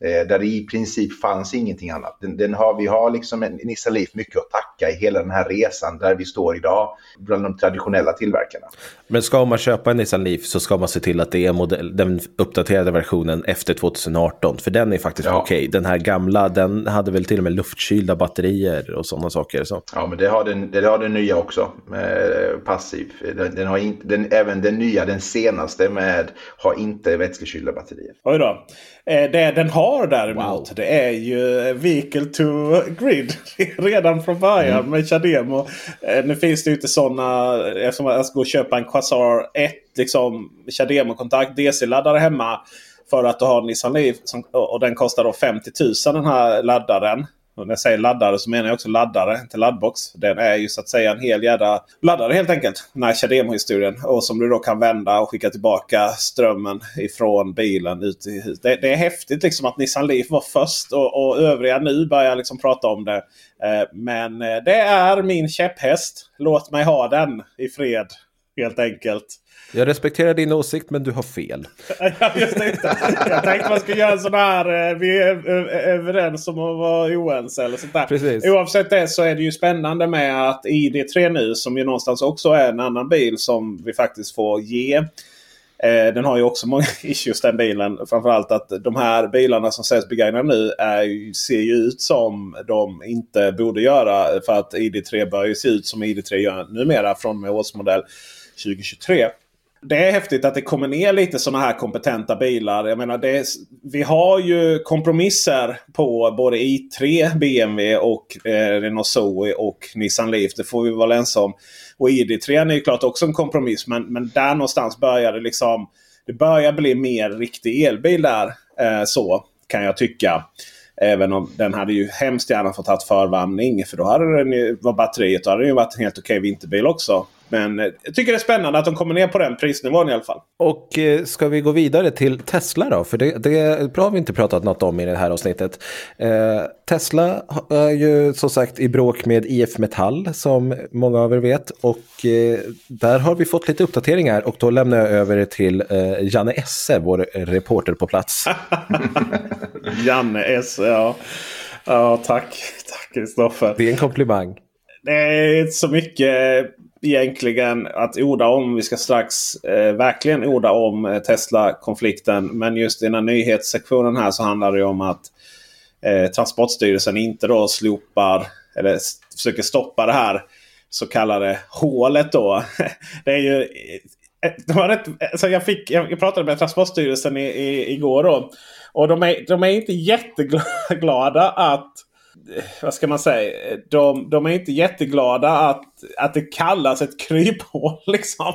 Eh, där det i princip fanns ingenting annat. Den, den har, vi har liksom en Nissan Leaf mycket att tacka i hela den här resan där vi står idag bland de traditionella tillverkarna. Men ska man köpa en Nissan Leaf så ska man se till att det är modell, den uppdaterade versionen efter tjugo arton. För den är faktiskt ja. okej. Den här gamla, den hade väl till och med luftkylda batterier och sådana saker. Så. Ja, men det har den, det har den nya också. Med passiv. Den, den har inte, den, även den nya, den senaste med har inte vätskekylda batterier. Oj då. Eh, det den har däremot, wow. det är ju Vehicle to Grid redan från början mm. med Chademo. Eh, nu finns det ju inte sådana, eftersom jag ska gå och köpa en Quasar ett liksom Chademo-kontakt D C-laddare hemma för att du har en Nissan Leaf som, och den kostar då femtio tusen den här laddaren. Och när jag säger laddare så menar jag också laddare, inte laddbox. Den är ju så att säga en hel jävla laddare helt enkelt. Den här Chademo-historien. Och som du då kan vända och skicka tillbaka strömmen ifrån bilen ut i huset. Det, det är häftigt liksom att Nissan Leaf var först och, och övriga nu börjar liksom prata om det. Eh, men det är min käpphäst. Låt mig ha den i fred helt enkelt. Jag respekterar din åsikt, men du har fel. Ja, just det. Jag tänkte man skulle göra en sån här, vi är överens om att vara oense eller sånt där. Precis. Oavsett det så är det ju spännande med att I D tre nu, som ju någonstans också är en annan bil som vi faktiskt får ge. Den har ju också många issues den bilen. Framförallt att de här bilarna som säljs begagnade nu är, ser ju ut som de inte borde göra. För att I D tre bör ju se ut som I D tre gör numera från med årsmodell tjugo tjugotre. Det är häftigt att det kommer ner lite sådana här kompetenta bilar. Jag menar, det är, vi har ju kompromisser på både i tre, B M W och eh, Renault Zoe och Nissan Leaf. Det får vi vara ense om. Och I D tre är ju klart också en kompromiss. Men, men där någonstans börjar det liksom... Det börjar bli mer riktig elbil där. Eh, så kan jag tycka. Även om den hade ju hemskt gärna fått ha förvärmning. För då hade den ju, var batteriet, då hade det ju varit en helt okej vinterbil också. Men jag tycker det är spännande att de kommer ner på den prisnivån i alla fall. Och eh, ska vi gå vidare till Tesla då? För det, det har vi inte pratat något om i det här avsnittet. Eh, Tesla är ju som sagt i bråk med I F Metall som många av er vet. Och eh, där har vi fått lite uppdateringar och då lämnar jag över till eh, Janne Esse, vår reporter på plats. Janne Esse, ja. Ja, tack. Tack Kristoffer. Det är en komplimang. Det är inte så mycket... egentligen att orda om. Vi ska strax eh, verkligen orda om eh, Tesla-konflikten. Men just i den här nyhetssektionen här så handlar det om att eh, Transportstyrelsen inte då slopar eller s- försöker stoppa det här så kallade hålet då. Det är ju... Det var rätt, alltså jag, fick, jag pratade med Transportstyrelsen i, i, igår då. Och de är, de är inte jätteglada att... Vad ska man säga? De, de är inte jätteglada att, att det kallas ett kryphål liksom.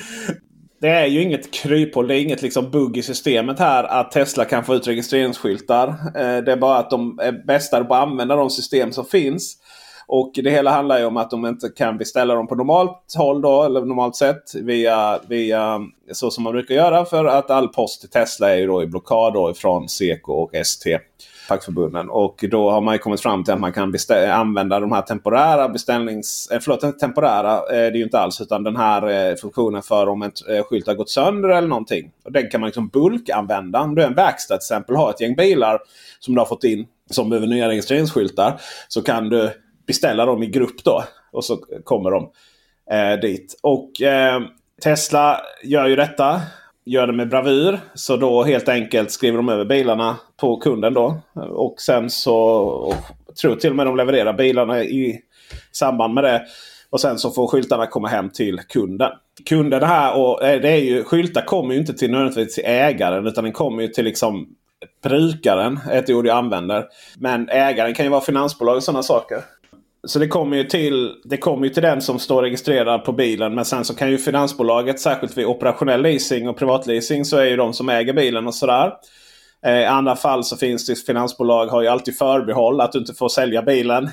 Det är ju inget kryphål, det är inget liksom bugg i systemet här att Tesla kan få ut registreringsskyltar. Det är bara att de är bästa på att använda de system som finns. Och det hela handlar ju om att de inte kan beställa dem på normalt håll då, eller normalt sätt via, via så som man brukar göra, för att all post till Tesla är ju då i blockad då ifrån Seko och S T. Fackförbunden. Och då har man ju kommit fram till att man kan bestä- använda de här temporära beställnings... Eh, förlåt, inte temporära. Eh, det är ju inte alls. Utan den här eh, funktionen för om en eh, skylt har gått sönder eller någonting. Och den kan man liksom bulkanvända. Om du är en verkstad till exempel, har ett gäng bilar som du har fått in som behöver nya registreringsskyltar. Så kan du beställa dem i grupp då. Och så kommer de eh, dit. Och eh, Tesla gör ju detta. Gör det med bravur. Så då helt enkelt skriver de över bilarna på kunden då. Och sen så och, tror till och med de levererar bilarna i samband med det. Och sen så får skyltarna komma hem till kunden. Kunden här, och det är ju, skyltar kommer ju inte till nödvändigtvis till ägaren. Utan den kommer ju till liksom brukaren. Ett ord jag använder. Men ägaren kan ju vara finansbolag och sådana saker. Så det kommer ju till det kommer ju till den som står registrerad på bilen. Men sen så kan ju finansbolaget, särskilt vid operationell leasing och privatleasing, så är ju de som äger bilen och sådär. Eh, I andra fall så finns det finansbolag har ju alltid förbehåll att du inte får sälja bilen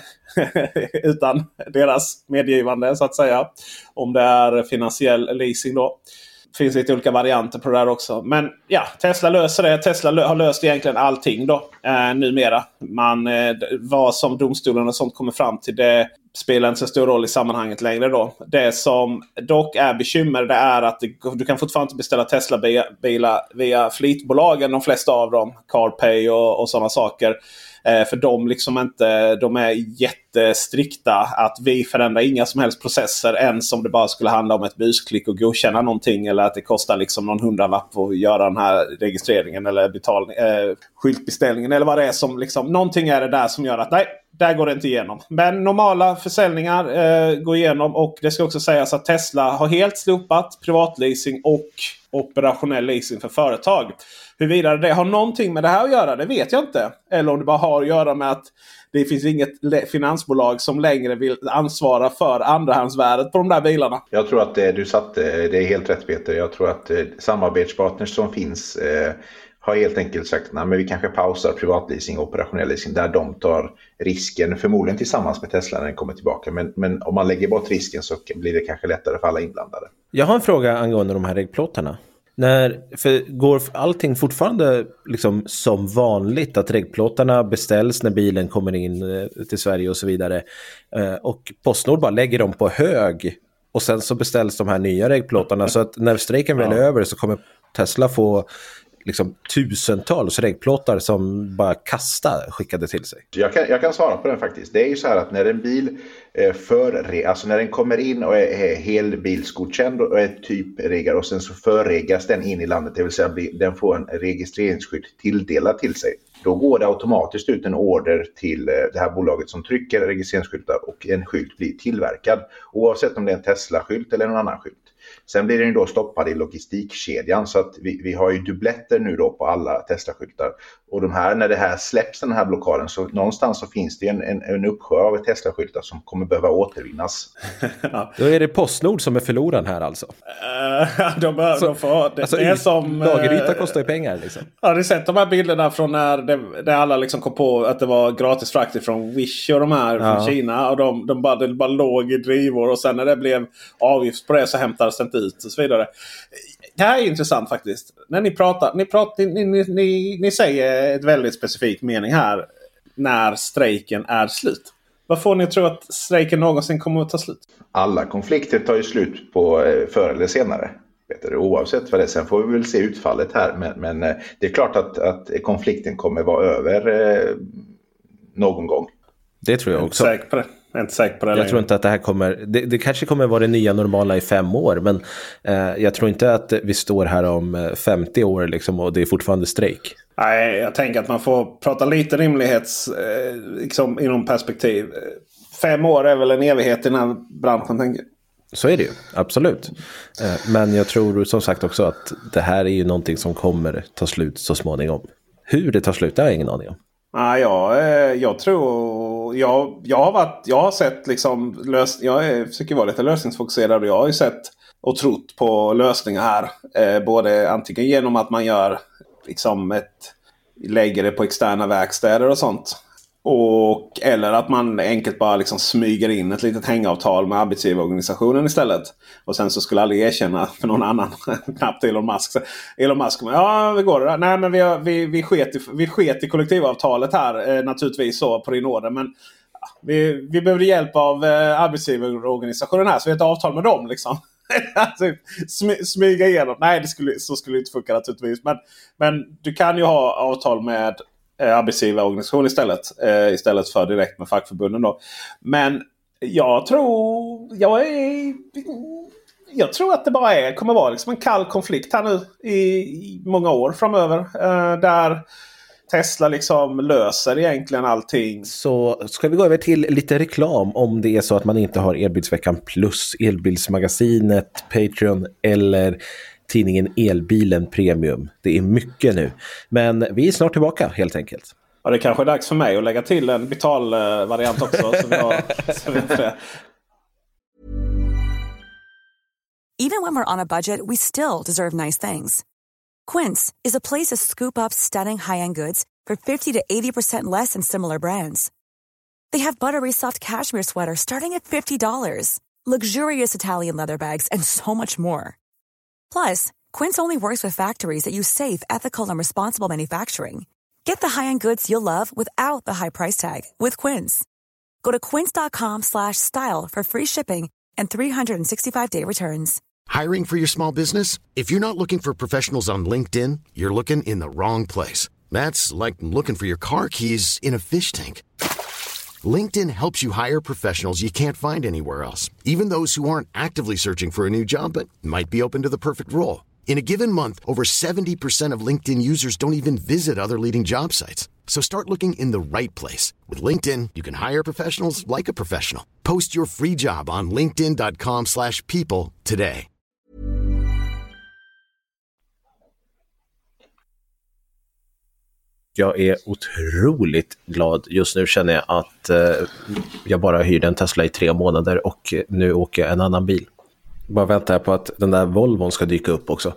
utan deras medgivande så att säga. Om det är finansiell leasing då. Det finns lite olika varianter på det där också. Men ja, Tesla löser det. Tesla lö- har löst egentligen allting då. Eh, numera. Man, eh, vad som domstolen och sånt kommer fram till det. spelar inte så stor roll i sammanhanget längre då. Det som dock är bekymmer, det är att det, du kan fortfarande inte beställa Tesla-bilar via fleetbolagen, de flesta av dem, CarPay och, och sådana saker. Eh, för de liksom inte, de är jättestrikta att vi förändrar inga som helst processer ens om det bara skulle handla om ett musklick och godkänna någonting, eller att det kostar liksom någon hundralapp att göra den här registreringen eller betalning, eh, skyltbeställningen eller vad det är som liksom, någonting är det där som gör att nej, där går det inte igenom. Men normala försäljningar eh, går igenom, och det ska också sägas att Tesla har helt slopat privatleasing och operationell leasing för företag. Huruvida det har någonting med det här att göra, det vet jag inte. Eller om det bara har att göra med att det finns inget finansbolag som längre vill ansvara för andrahandsvärdet på de där bilarna. Jag tror att det, du satte, det är helt rätt Peter. Jag tror att eh, samarbetspartners som finns eh, har helt enkelt sagt att vi kanske pausar privatleasing och operationell leasing där de tar risken, förmodligen tillsammans med Tesla när den kommer tillbaka. Men, men om man lägger bort risken så blir det kanske lättare för alla inblandade. Jag har en fråga angående de här regplåtarna. När, för går allting fortfarande liksom som vanligt att regplåtarna beställs när bilen kommer in till Sverige och så vidare, och PostNord bara lägger dem på hög och sen så beställs de här nya regplåtarna, så att när strejken väl är över så kommer Tesla få liksom tusentals regplåtar som bara kastar skickade till sig. Jag kan, jag kan svara på den faktiskt. Det är ju så här att när en bil eh, för, alltså när den kommer in och är, är helbilsgodkänd och är typregad och sen så förregas den in i landet, det vill säga den får en registreringsskydd tilldelad till sig. Då går det automatiskt ut en order till eh, det här bolaget som trycker registreringsskyltar och en skylt blir tillverkad. Oavsett om det är en Tesla-skylt eller någon annan skylt. Sen blir den då stoppad i logistikkedjan, så att vi, vi har ju dubbletter nu då på alla Tesla-skyltar. Och de här, när det här släpps den här blockaden, så någonstans så finns det en, en, en uppsjö av Tesla-skyltar som kommer behöva återvinnas. Ja. Då är det PostNord som är förloraren här alltså. Uh, de bör, så, de får, det, alltså, det är som... Lageryta kostar ju pengar liksom. Ja, har ni sett de här bilderna från när, det, där alla liksom kom på att det var gratis frakt från Wish och de här från ja. Kina. Och de, de bara, det bara låg i drivor, och sen när det blev avgift på det så hämtades det inte ut och så vidare. Det här är intressant faktiskt. När ni pratar, ni, pratar ni, ni, ni, ni säger ett väldigt specifikt mening här. När strejken är slut. Vad får ni tro att strejken någonsin kommer att ta slut? Alla konflikter tar ju slut på förr eller senare. Peter, oavsett vad det är. Sen får vi väl se utfallet här. Men, men det är klart att, att konflikten kommer vara över eh, någon gång. Det tror jag också. Jag är inte säker på det. Jag är inte säker på det jag längre. tror inte att det här kommer, det, det kanske kommer vara det nya normala i fem år, men eh, jag tror inte att vi står här om femtio år liksom, och det är fortfarande strejk. Nej, jag tänker att man får prata lite rimlighets eh, liksom, inom perspektiv. Fem år är väl en evighet i den här branschen, tänker jag. Så är det ju, absolut. Eh, men jag tror som sagt också att det här är ju någonting som kommer ta slut så småningom. Hur det tar slut, det har jag ingen aning om. Ja, jag, jag tror jag, jag har varit jag har sett liksom lös, jag är, försöker vara lite lösningsfokuserad, och jag har ju sett och trott på lösningar här, eh, både antingen genom att man gör liksom ett lägger det på externa verkstäder och sånt, och eller att man enkelt bara liksom smyger in ett litet hängavtal med arbetsgivarorganisationen istället. Och sen så skulle aldrig erkänna för någon annan, knappt Elon Musk. Så Elon Musk kommer, ja, vi går det där. Nej, men vi, har, vi, vi, sket i, vi sket i kollektivavtalet här, eh, naturligtvis så på din order. Men ja, vi, vi behöver hjälp av eh, arbetsgivarorganisationen här, så vi har ett avtal med dem liksom. Alltså, smy, smyga igenom. Nej, det skulle, så skulle det inte funka naturligtvis. Men, men du kan ju ha avtal med arbetsgivarorganisation istället eh, istället för direkt med fackförbunden då. Men jag tror jag är jag tror att det bara är kommer vara liksom en kall konflikt här nu i, i många år framöver, eh, där Tesla liksom löser egentligen allting. Så ska vi gå över till lite reklam om det är så att man inte har Elbilsveckan Plus, Elbilsmagasinet, Patreon eller tidningen Elbilen Premium. Det är mycket nu. Men vi är snart tillbaka helt enkelt. Ja, det kanske är dags för mig att lägga till en betalvariant också. Så vi har, så vi har Even when we're on a budget, we still deserve nice things. Quince is a place to scoop up stunning high-end goods for fifty to eighty percent less than similar brands. They have buttery soft cashmere sweaters starting at fifty dollars, luxurious Italian leather bags, and so much more. Plus, Quince only works with factories that use safe, ethical, and responsible manufacturing. Get the high-end goods you'll love without the high price tag with Quince. Go to quince.com slash style for free shipping and three sixty-five day returns. Hiring for your small business? If you're not looking for professionals on LinkedIn, you're looking in the wrong place. That's like looking for your car keys in a fish tank. LinkedIn helps you hire professionals you can't find anywhere else, even those who aren't actively searching for a new job but might be open to the perfect role. In a given month, over seventy percent of LinkedIn users don't even visit other leading job sites. So start looking in the right place. With LinkedIn, you can hire professionals like a professional. Post your free job on linkedin.com slash people today. Jag är otroligt glad. Just nu känner jag att eh, jag bara hyrde en Tesla i tre månader och nu åker jag en annan bil. Bara väntar på att den där Volvon ska dyka upp också.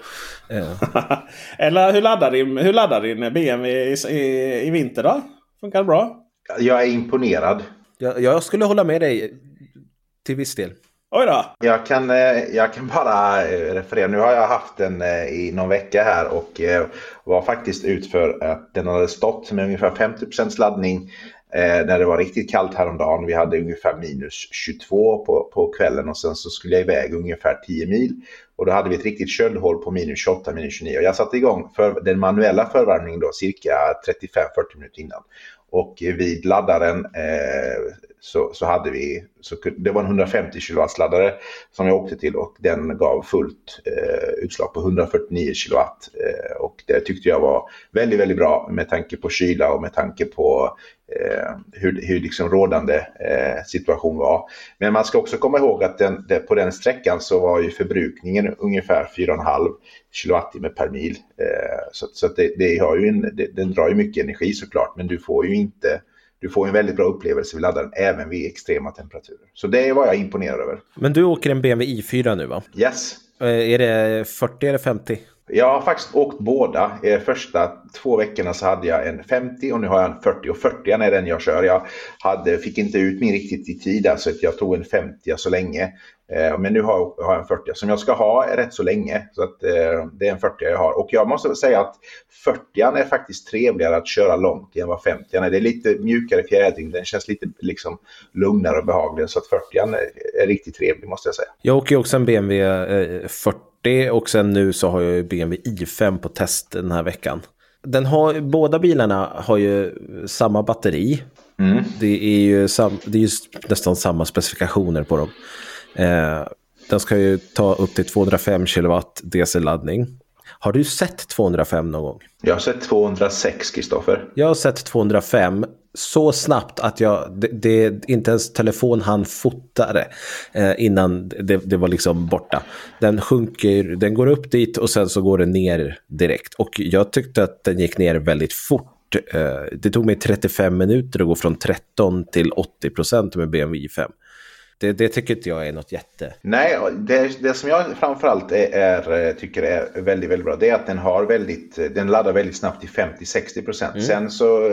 Eh. Eller hur laddar din, hur laddar din B M W i, i, i vinter då? Funkar det bra? Jag är imponerad. Jag, jag skulle hålla med dig till viss del. Oj då. Jag kan, jag kan bara referera. Nu har jag haft den i någon vecka här och var faktiskt ut för att den hade stått med ungefär femtio procent laddning när det var riktigt kallt häromdagen. Vi hade ungefär minus tjugotvå på, på kvällen och sen så skulle jag iväg ungefär tio mil. Och då hade vi ett riktigt köldhål på minus tjugoåtta, minus tjugonio. Och jag satte igång för den manuella förvärmningen då cirka trettiofem till fyrtio minuter innan. Och vid laddaren eh, så, så hade vi, så, det var en hundrafemtio kilowatt laddare som jag åkte till och den gav fullt eh, utslag på hundrafyrtionio kilowatt. Eh, och det tyckte jag var väldigt, väldigt bra med tanke på kyla och med tanke på eh, hur, hur liksom rådande eh, situation var. Men man ska också komma ihåg att den, det, på den sträckan så var ju förbrukningen ungefär fyra komma fem kilowattimme per mil. Eh, så så att det, det har ju en, det, den drar ju mycket energi såklart, men du får ju inte, du får en väldigt bra upplevelse vid laddaren även vid extrema temperaturer. Så det var jag imponerad över. Men du åker en B M W i fyra nu va? Yes. Är det fyrtio eller femtio? Jag har faktiskt åkt båda. Första två veckorna så hade jag en femtio och nu har jag en fyrtio. Och fyrtio är den jag kör. Jag hade, fick inte ut min riktigt i tid så att jag tog en femtio så länge. Men nu har jag en fyrtio som jag ska ha rätt så länge. Så att det är en fyrtio jag har. Och jag måste säga att fyrtio är faktiskt trevligare att köra långt än vad femtio är. Det är lite mjukare fjädring. Den känns lite liksom lugnare och behaglig. Så att fyrtio är riktigt trevlig måste jag säga. Jag åker också en B M W fyrtio och sen nu så har jag B M W i fem på test den här veckan. Den har, båda bilarna har ju samma batteri. Mm. Det är ju sam, det är ju nästan samma specifikationer på dem. Eh, den ska ju ta upp till tvåhundrafem kilowatt D C-laddning. Har du sett tvåhundrafem någon gång? Jag har sett tvåhundrasex, Kristoffer. Jag har sett tvåhundrafem så snabbt att jag det, det inte ens telefon han fotade eh, innan det, det var liksom borta. Den sjunker, den går upp dit och sen så går den ner direkt. Och jag tyckte att den gick ner väldigt fort. Eh, det tog mig trettiofem minuter att gå från tretton till åttio procent med B M W i fem. Det, det tycker inte jag är något jätte. Nej, det, det som jag framförallt är, är, tycker är väldigt, väldigt bra, det är att den har väldigt, den laddar väldigt snabbt till femtio till sextio procent. Mm. Sen, så,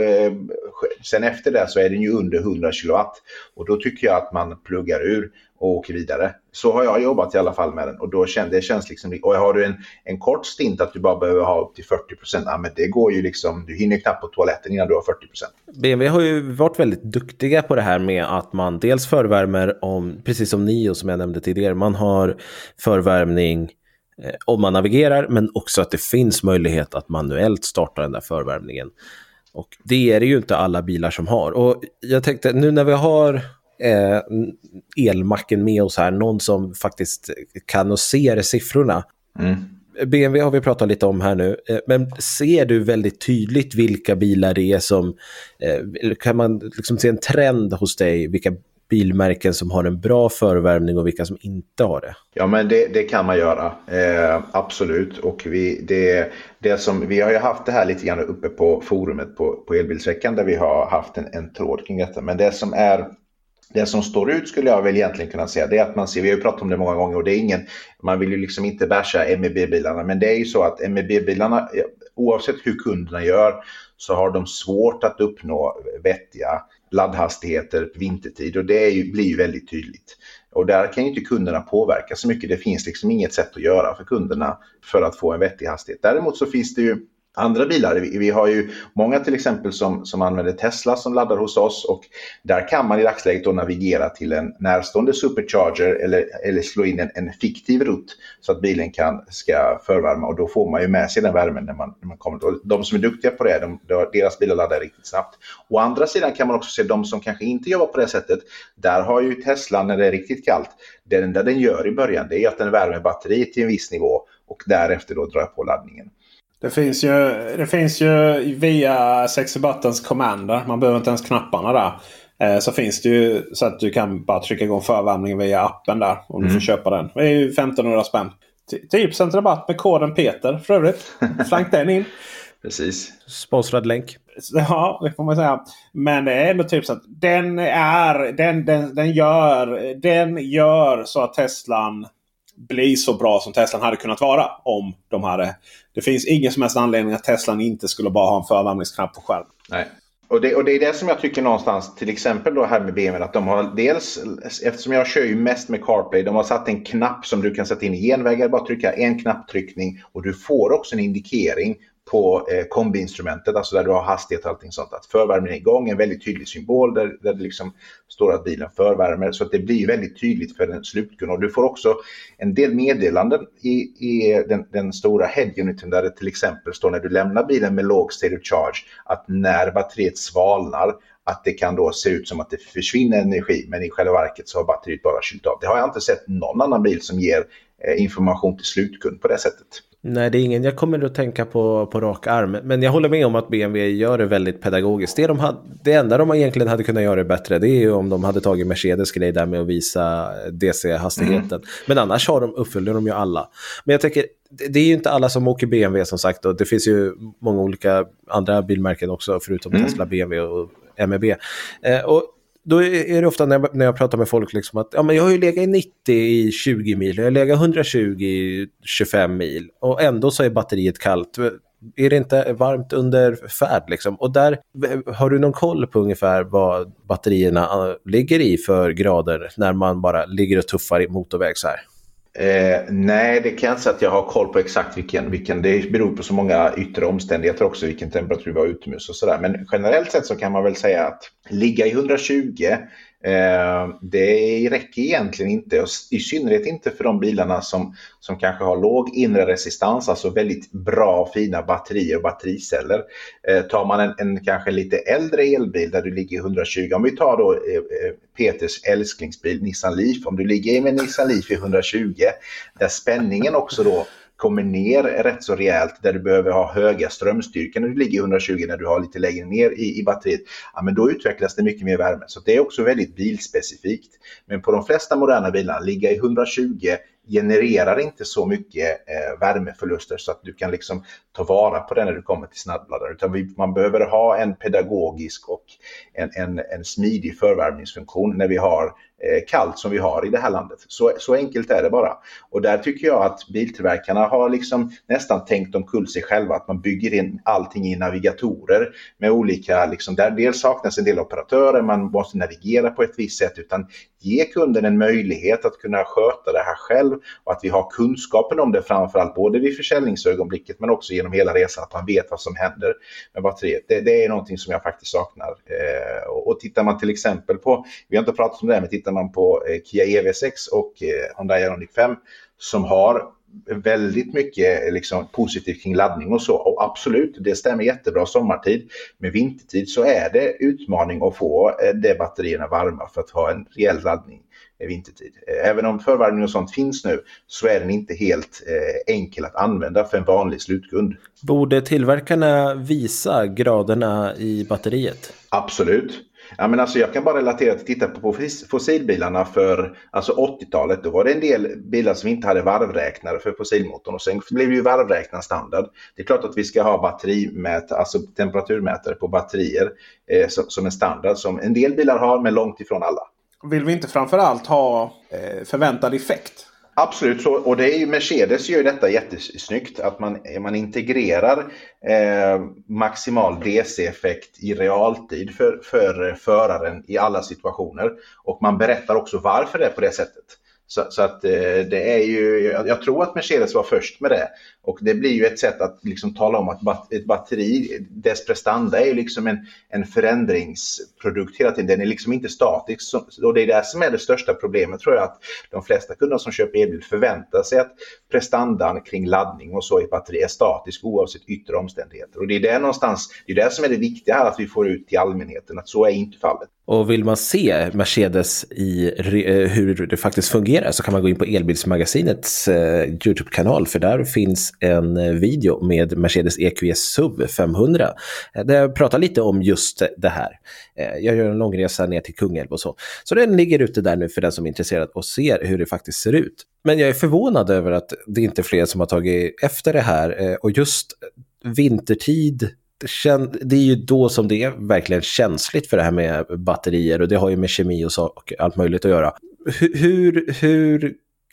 sen efter det så är den ju under hundra kilowatt. Och då tycker jag att man pluggar ur och åker vidare. Så har jag jobbat i alla fall med den. Och då känns det känns liksom, och har du en, en kort stint att du bara behöver ha upp till fyrtio procent. Ja, men det går ju liksom, du hinner knappt på toaletten innan du har fyrtio procent. B M W har ju varit väldigt duktiga på det här med att man dels förvärmer om, precis som Nio som jag nämnde tidigare, man har förvärmning eh, om man navigerar, men också att det finns möjlighet att manuellt starta den där förvärmningen. Och det är det ju inte alla bilar som har. Och jag tänkte, nu när vi har Eh, elmacken med oss här, någon som faktiskt kan och ser siffrorna. Mm. B M W har vi pratat lite om här nu, eh, men ser du väldigt tydligt vilka bilar det är som eh, kan man liksom se en trend hos dig, vilka bilmärken som har en bra förvärmning och vilka som inte har det? Ja, men det, det kan man göra, eh, absolut. Och vi, det, det som, vi har ju haft det här lite grann uppe på forumet på, på elbilsveckan där vi har haft en, en tråd kring detta, men det som är Det som står ut skulle jag väl egentligen kunna säga, det är att man ser, vi har ju pratat om det många gånger och det är ingen, man vill ju liksom inte basha M E B-bilarna, men det är ju så att M E B-bilarna, oavsett hur kunderna gör, så har de svårt att uppnå vettiga laddhastigheter vintertid och det är ju, blir ju väldigt tydligt. Och där kan ju inte kunderna påverka så mycket, det finns liksom inget sätt att göra för kunderna för att få en vettig hastighet. Däremot så finns det ju andra bilar. Vi, vi har ju många till exempel som, som använder Tesla som laddar hos oss, och där kan man i dagsläget då navigera till en närstående supercharger eller, eller slå in en, en fiktiv rutt så att bilen kan, ska förvärma, och då får man ju med sig den värmen när man, när man kommer. Och de som är duktiga på det, de, deras bilar laddar riktigt snabbt. Å andra sidan kan man också se de som kanske inte jobbar på det sättet. Där har ju Tesla, när det är riktigt kallt, det enda den gör i början, det är att den värmer batteriet till en viss nivå och därefter då drar på laddningen. Det finns ju, det finns ju via sextio buttons commander, man behöver inte ens knapparna där. Eh, så finns det ju så att du kan bara trycka igång förvärmningen via appen där om mm. du får köpa den. Det är ju femtonhundra spänn. tio procent rabatt med koden Peter för övrigt. Slank den in. Precis. Sponsrad länk. Ja, det får man säga. Men det är ändå typ så att den är den, den, den, gör, den gör så att Teslan blir så bra som Teslan hade kunnat vara om de hade. Det finns ingen som helst anledning att Teslan inte skulle bara ha en förvärmningsknapp på skärm. Nej. Och det, och det är det som jag tycker någonstans, till exempel då här med B M W, att de har dels, eftersom jag kör ju mest med CarPlay, de har satt en knapp som du kan sätta in i genvägar, bara trycka en knapptryckning, och du får också en indikering på eh, kombiinstrumentet, alltså där du har hastighet och allting sånt, att förvärmen är igång, en väldigt tydlig symbol där, där det liksom står att bilen förvärmer, så att det blir väldigt tydligt för den slutkund. Och du får också en del meddelanden i, i den, den stora head-uniten där det till exempel står när du lämnar bilen med låg state of charge, att när batteriet svalnar, att det kan då se ut som att det försvinner energi, men i själva verket så har batteriet bara kylt av. Det har jag inte sett någon annan bil som ger eh, information till slutkund på det sättet. Nej, det är ingen jag kommer att tänka på på rak arm. Men jag håller med om att B M W gör det väldigt pedagogiskt. Det, de hade, det enda de egentligen hade kunnat göra bättre, det är ju om de hade tagit Mercedes grej där med att visa D C-hastigheten. Mm. Men annars har de, uppfyller de ju alla. Men jag tänker, det är ju inte alla som åker B M W som sagt. Och det finns ju många olika andra bilmärken också förutom mm. Tesla, B M W och M E B. Eh, och då är det ofta när jag, när jag pratar med folk liksom att ja, men jag har ju legat i nittio i tjugo mil och jag har legat hundratjugo i tjugofem mil och ändå så är batteriet kallt. Är det inte varmt under färd liksom? Och där har du någon koll på ungefär vad batterierna ligger i för grader när man bara ligger och tuffar i motorväg så här? Eh, nej, det kan jag inte säga att jag har koll på exakt vilken, vilken. Det beror på så många yttre omständigheter också, vilken temperatur vi har utomhus och sådär. Men generellt sett så kan man väl säga att ligga i hundratjugo, eh, det räcker egentligen inte. Och i synnerhet inte för de bilarna som, som kanske har låg inre resistans, alltså väldigt bra fina batterier och battericeller. Eh, tar man en, en kanske lite äldre elbil där du ligger i hundratjugo, om vi tar då eh, Peters älsklingsbil Nissan Leaf, om du ligger med Nissan Leaf i hundratjugo, där spänningen också då kommer ner rätt så rejält, där du behöver ha höga strömstyrkor när du ligger i hundratjugo, när du har lite längre ner i, i batteriet, ja, men då utvecklas det mycket mer värme. Så det är också väldigt bilspecifikt. Men på de flesta moderna bilar, ligga i hundratjugo genererar inte så mycket eh, värmeförluster så att du kan liksom ta vara på det när du kommer till snabbladdare. Utan vi, man behöver ha en pedagogisk och en, en, en smidig förvärmningsfunktion när vi har eh, kallt som vi har i det här landet. Så, så enkelt är det bara. Och där tycker jag att biltillverkarna har liksom nästan tänkt omkull sig själva, att man bygger in allting i navigatorer med olika, liksom, där dels saknas en del operatörer, man måste navigera på ett visst sätt, utan ge kunden en möjlighet att kunna sköta det här själv, och att vi har kunskapen om det framförallt både vid försäljningsögonblicket men också genom hela resan, att man vet vad som händer med batteriet. Det, det är någonting som jag faktiskt saknar. Eh, och, och tittar man till exempel på, vi har inte pratat om det, men tittar man på eh, Kia E V sex och eh, Hyundai Ioniq fem som har väldigt mycket liksom positivt kring laddning och så, och absolut, det stämmer jättebra sommartid, men vintertid så är det utmaning att få de batterierna varma för att ha en rejäl laddning vintertid. Även om förvärmning och sånt finns nu, så är den inte helt eh, enkel att använda för en vanlig slutkund. Borde tillverkarna visa graderna i batteriet? Absolut. Ja, men alltså jag kan bara relatera till att titta på fossilbilarna för alltså åttiotalet. Då var det en del bilar som inte hade varvräknare för fossilmotorn, och sen blev ju varvräknaren standard. Det är klart att vi ska ha batterimätare, alltså temperaturmätare på batterier eh, som, som en standard som en del bilar har, men långt ifrån alla. Vill vi inte framförallt ha eh, förväntad effekt? Absolut, så, och det är ju Mercedes gör detta jättesnyggt, att man, man integrerar eh, maximal D C-effekt i realtid för, för föraren i alla situationer, och man berättar också varför det är på det sättet. Så, så att det är ju, jag tror att Mercedes var först med det. Och det blir ju ett sätt att liksom tala om att ett batteri, dess prestanda är ju liksom en, en förändringsprodukt hela tiden. Den är liksom inte statisk. Och det är det som är det största problemet, tror jag, att de flesta kunder som köper elbil förväntar sig att prestandan kring laddning och så i batteri är statisk oavsett yttre omständigheter. Och det är det någonstans, det är det som är det viktiga här, att vi får ut till allmänheten att så är inte fallet. Och vill man se Mercedes i hur det faktiskt fungerar så kan man gå in på Elbilsmagasinets eh, YouTube-kanal, för där finns en video med Mercedes E Q S S U V femhundra där jag pratar lite om just det här. Eh, jag gör en lång resa ner till Kungälv och så. Så den ligger ute där nu för den som är intresserad och ser hur det faktiskt ser ut. Men jag är förvånad över att det inte är fler som har tagit efter det här. Eh, och just vintertid, det är ju då som det är verkligen känsligt för det här med batterier, och det har ju med kemi och, så, och allt möjligt att göra. Hur, hur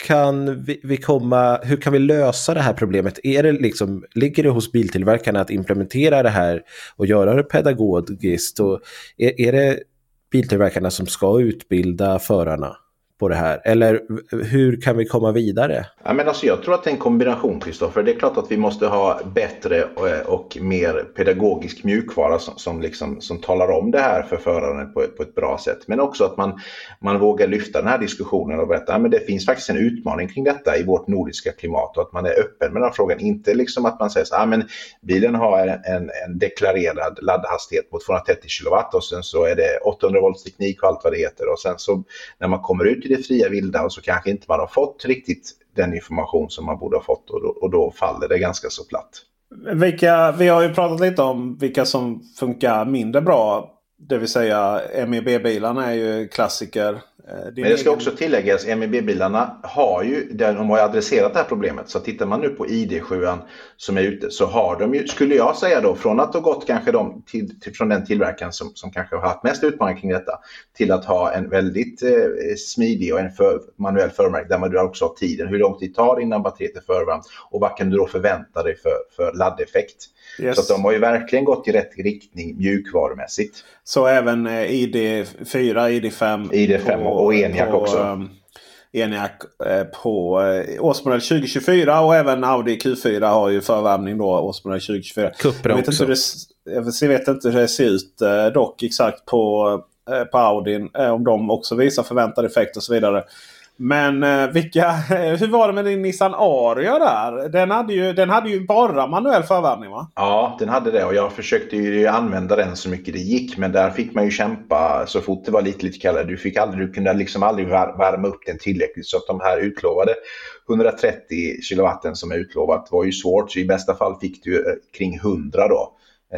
kan vi, vi komma, hur kan vi lösa det här problemet? Är det liksom, ligger det hos biltillverkarna att implementera det här och göra det pedagogiskt, och är, är det biltillverkarna som ska utbilda förarna på det här? Eller hur kan vi komma vidare? Ja, men alltså jag tror att det är en kombination, Kristoffer. Det är klart att vi måste ha bättre och, och mer pedagogisk mjukvara som, som, liksom, som talar om det här för föraren på, på ett bra sätt. Men också att man, man vågar lyfta den här diskussionen och berätta att ja, det finns faktiskt en utmaning kring detta i vårt nordiska klimat, och att man är öppen med den här frågan. Inte liksom att man säger att ja, bilen har en, en deklarerad laddhastighet på tvåhundratrettio kilowatt och sen så är det åttahundra volts teknik och allt vad det heter. Och sen så när man kommer ut i det fria vilda och så kanske inte man har fått riktigt den information som man borde ha fått, och då, och då faller det ganska så platt. Vilka, vi har ju pratat lite om vilka som funkar mindre bra. Det vill säga M E B-bilarna är ju klassiker. Men det ska också tilläggas, M E B-bilarna har ju, de har ju adresserat det här problemet. Så tittar man nu på I D sju som är ute, så har de ju, skulle jag säga då, från att ha gått kanske de till, till, från den tillverkaren som, som kanske har haft mest utmaning kring detta, till att ha en väldigt eh, smidig och en för, manuell förmärk där man du också har tiden. Hur lång tid tar innan batteriet är förvarmt och vad kan du då förvänta dig för, för laddeffekt? Yes. Så att de har ju verkligen gått i rätt riktning mjukvarumässigt. Så även eh, I D fyra, I D fem, I D fem på, och ENIAC på, också. Um, ENIAC eh, på eh, årsmodell tjugo tjugofyra, och även Audi Q fyra har ju förvärmning då årsmodell tjugo tjugofyra. Cupra jag vet också. Inte det, jag vet inte hur det ser ut eh, dock exakt på, eh, på Audi, eh, om de också visar förväntad effekt och så vidare. Men eh, vilka, hur var det med din Nissan Ariya där? Den hade ju, den hade ju bara manuell förvärmning, va? Ja, den hade det, och jag försökte ju använda den så mycket det gick, men där fick man ju kämpa så fort det var lite lite kallare. Du fick aldrig, du kunde liksom aldrig värma upp den tillräckligt, så att de här utlovade hundrattrettio kilowatten som är utlovat var ju svårt, så i bästa fall fick du kring hundra då.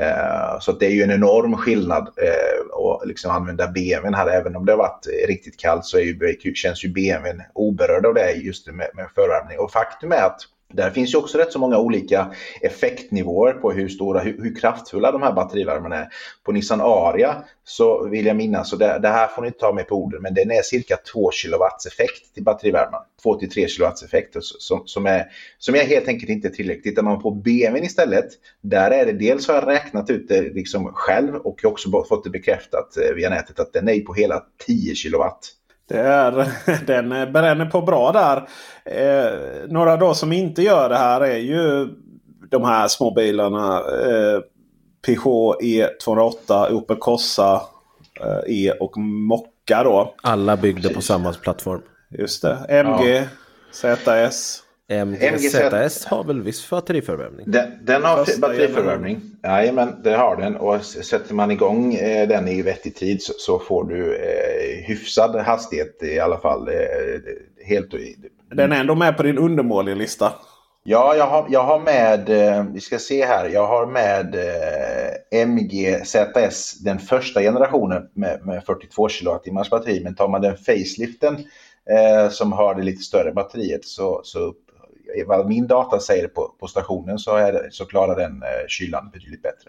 Så det är ju en enorm skillnad att liksom använda B M W här. Även om det har varit riktigt kallt så är ju, känns ju B M W oberörd av det just med, med förvärmning. Och faktum är att där finns ju också rätt så många olika effektnivåer på hur stora, hur, hur kraftfulla de här batterivärmarna är. På Nissan Ariya så vill jag minnas, så det, det här får ni ta med på orden, men den är cirka två kilowatts effekt till batterivärmen. två till tre kilowatts effekt som, som, är, som är helt enkelt inte tillräckligt. Tittar man på B M W istället, där är det dels har jag räknat ut det liksom själv och också fått det bekräftat via nätet att den är på hela tio kilowatt. Det är, den bränner på bra där. Eh, några då som inte gör det här är ju de här små bilarna. Eh, Peugeot E tvåhundraåtta, Opel Corsa eh, E och Mokka då. Alla byggda på samma plattform. Just det. M G, ja. Z S. M G Z S har väl viss batteriförvärmning? Den, den har Första batteriförvärmning. Ja, men det har den. Och sätter man igång eh, den i vettig tid så, så får du eh, hyfsad hastighet i alla fall. Eh, helt. Den är ändå med på din undermåliga lista. Ja, jag har, jag har med, eh, vi ska se här, jag har med eh, M G Z S, den första generationen med, med fyrtiotvå kilowattimmars batteri. Men tar man den faceliften eh, som har det lite större batteriet så, så vad min data säger på, på stationen så, är det, så klarar den eh, kylan betydligt bättre.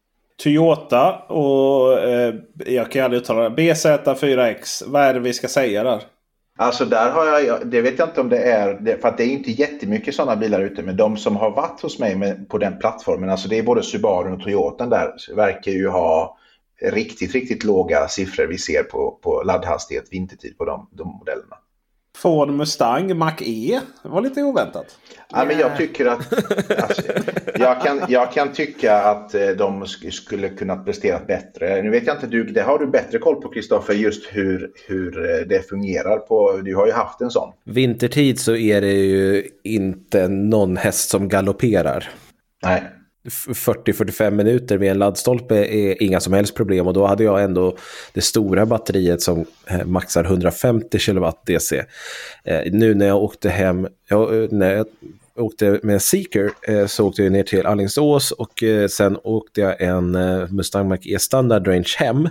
Toyota och eh, jag kan aldrig uttala det, B Z fyra X, vad är det vi ska säga där? Alltså där har jag, det vet jag inte om det är, för att det är inte jättemycket sådana bilar ute, men de som har varit hos mig med, på den plattformen, alltså det är både Subaru och Toyota där, verkar ju ha riktigt, riktigt låga siffror vi ser på, på laddhastighet vintertid på de, de modellerna. Ford Mustang Mach-E. Det var lite oväntat. Ja, men jag tycker att alltså, jag, kan, jag kan tycka att de skulle kunna prestera bättre. Nu vet jag inte, du, det har du bättre koll på, Kristoffer, just hur, hur det fungerar på. Du har ju haft en sån. Vintertid så är det ju inte någon häst som galopperar. Nej. fyrtio till fyrtiofem minuter med en laddstolpe är inga som helst problem, och då hade jag ändå det stora batteriet som maxar hundrafemtio kilowatt D C. Eh, nu när jag åkte hem, jag, när jag åkte med en Seeker eh, så åkte jag ner till Alingsås och eh, sen åkte jag en eh, Mustang Mach-E standard range hem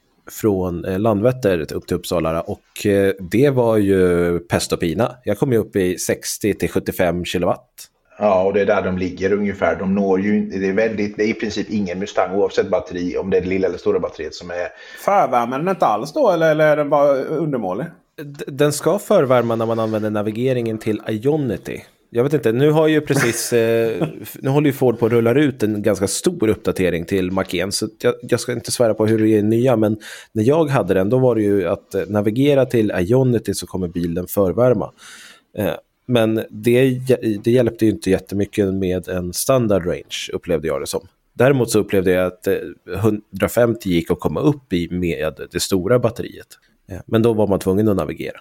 från eh, Landvetter upp till Uppsala, och eh, det var ju pest och pina. Jag kom ju upp i sextio till sjuttiofem kilowatt. Ja, och det är där de ligger ungefär. De når ju inte, det är väldigt, det är i princip ingen Mustang oavsett batteri, om det är det lilla eller stora batteriet som är... Förvärmen inte alls då, eller, eller är den bara undermålig? Den ska förvärma när man använder navigeringen till Ionity. Jag vet inte, nu har ju precis eh, nu håller ju Ford på att rulla ut en ganska stor uppdatering till Mach-E, så jag, jag ska inte svära på hur det är nya, men när jag hade den, då var det ju att navigera till Ionity så kommer bilen förvärma. Eh, Men det, det hjälpte ju inte jättemycket med en standard range, upplevde jag det som. Däremot så upplevde jag att hundrafemtio gick att komma upp i med det stora batteriet. Men då var man tvungen att navigera.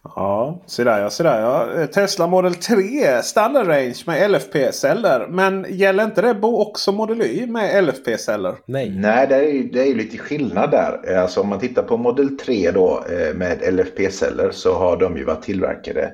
Ja, så där ja, så där ja. Tesla Model tre standard range med L F P-celler. Men gäller inte det också Model Y med L F P-celler? Nej. Nej, det är, det är lite skillnad där. Alltså om man tittar på Model tre då med L F P-celler, så har de ju varit tillverkade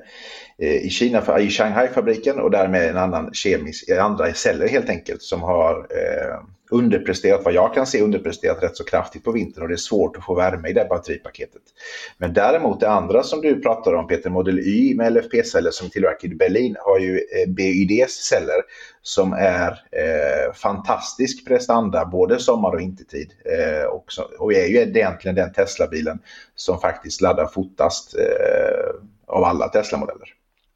i Kina, i Shanghai-fabriken, och därmed en annan kemisk, andra celler helt enkelt, som har eh, underpresterat, vad jag kan se, underpresterat rätt så kraftigt på vintern, och det är svårt att få värme i det batteripaketet. Men däremot det andra som du pratar om, Peter, Model Y med L F P-celler som tillverkar i Berlin, har ju eh, B Y D-celler som är eh, fantastisk prestanda både sommar- och vintertid, eh, och, så, och är ju egentligen den Tesla-bilen som faktiskt laddar fortast eh, av alla Tesla-modeller.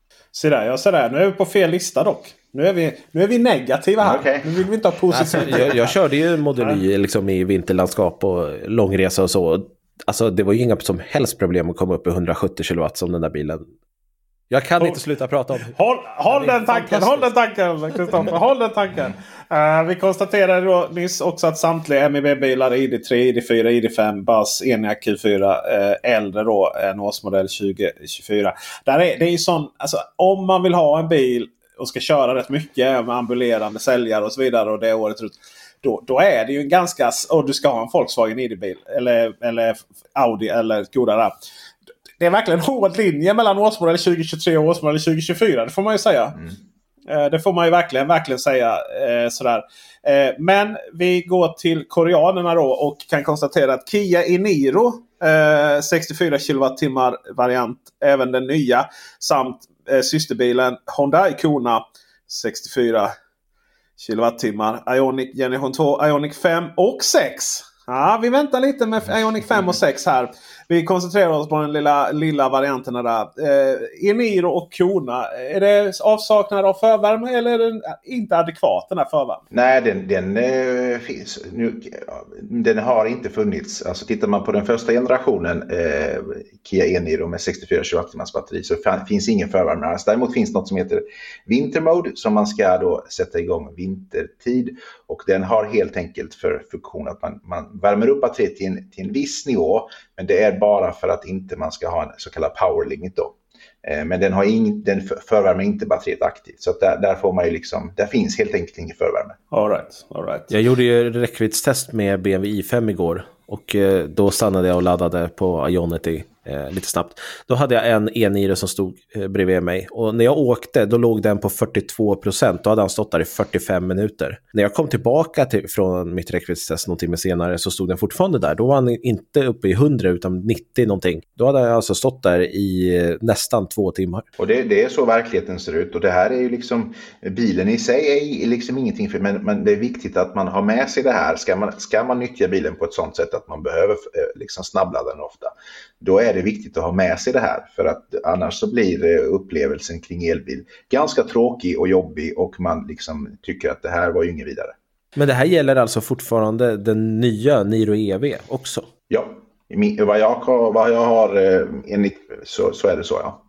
Så där, ja, så där. Nu är vi på fel lista dock. Nu är vi, nu är vi negativa här. Okay. Nu vill vi inte ha positivt. Alltså, jag, jag körde ju Model Y liksom i vinterlandskap och långresa och så. Alltså det var ju inga som helst problem att komma upp i hundrasjuttio kilowatt som den där bilen. Jag kan håll, inte sluta prata om. Håll, håll den tanken, håll den tanken, Kristoffer. Håll den tanken. Uh, vi konstaterade då nyss också att samtliga M I B-bilar, I D tre, I D fyra, I D fem, Buzz, Enyaq Q fyra, uh, äldre då än årsmodell tjugo tjugofyra. Där är, det är ju sån, alltså om man vill ha en bil och ska köra rätt mycket med ambulerande säljare och så vidare, och det året ut, då, då är det ju en ganska, och du ska ha en Volkswagen I D-bil eller, eller Audi eller Skoda där. Det är verkligen en hård linje mellan årsmodell tjugo tjugotre och årsmodell tjugo tjugofyra. Det får man ju säga. Mm. Eh, det får man ju verkligen, verkligen säga. Eh, sådär. Eh, men vi går till koreanerna då och kan konstatera att Kia e-Niro eh, sextiofyra kilowattimmar variant, även den nya, samt eh, systerbilen Hyundai Kona sextiofyra kilowattimmar, Ioniq Generation två, Ioniq fem och sex. Ja, vi väntar lite med Ioniq fem och sex här. Vi koncentrerar oss på den lilla, lilla varianterna där. Eh, e-Niro och Kona. Är det avsaknad av förvärme eller är den inte adekvat, den här förvärmen? Nej, den, den eh, finns. Nu, den har inte funnits. Alltså tittar man på den första generationen eh, Kia e-Niro med sextiofyra kilowattimmars batteri, så f- finns ingen förvärme alls. Däremot finns något som heter Winter Mode som man ska då sätta igång vintertid. Och den har helt enkelt för funktion att man, man värmer upp batteriet till en, till en viss nivå. Men det är bara för att inte man ska ha en så kallad power limit då. Eh, men den, har ing, den förvärmer inte batteriet aktivt. Så att där, där får man ju liksom, där finns helt enkelt ingen förvärme. All right, all right. Jag gjorde ju räckviddstest med B M W i fem igår. Och eh, då stannade jag och laddade på Ionity eh, lite snabbt. Då hade jag en e-Niro som stod eh, bredvid mig. Och när jag åkte, då låg den på fyrtiotvå procent. Då hade han stått där i fyrtiofem minuter. När jag kom tillbaka till, från mitt räckviddstest någon timme senare, så stod den fortfarande där. Då var han inte uppe i hundra utan nittio någonting. Då hade jag alltså stått där i eh, nästan två timmar. Och det, det är så verkligheten ser ut. Och det här är ju liksom, bilen i sig är liksom ingenting för, men, men det är viktigt att man har med sig det här. Ska man, ska man nyttja bilen på ett sånt sätt att man behöver liksom snabbladda den ofta, då är det viktigt att ha med sig det här, för att annars så blir upplevelsen kring elbil ganska tråkig och jobbig och man liksom tycker att det här var ju inget vidare. Men det här gäller alltså fortfarande den nya Niro E V också? Ja, vad jag, vad jag har enligt, så, så är det så, ja.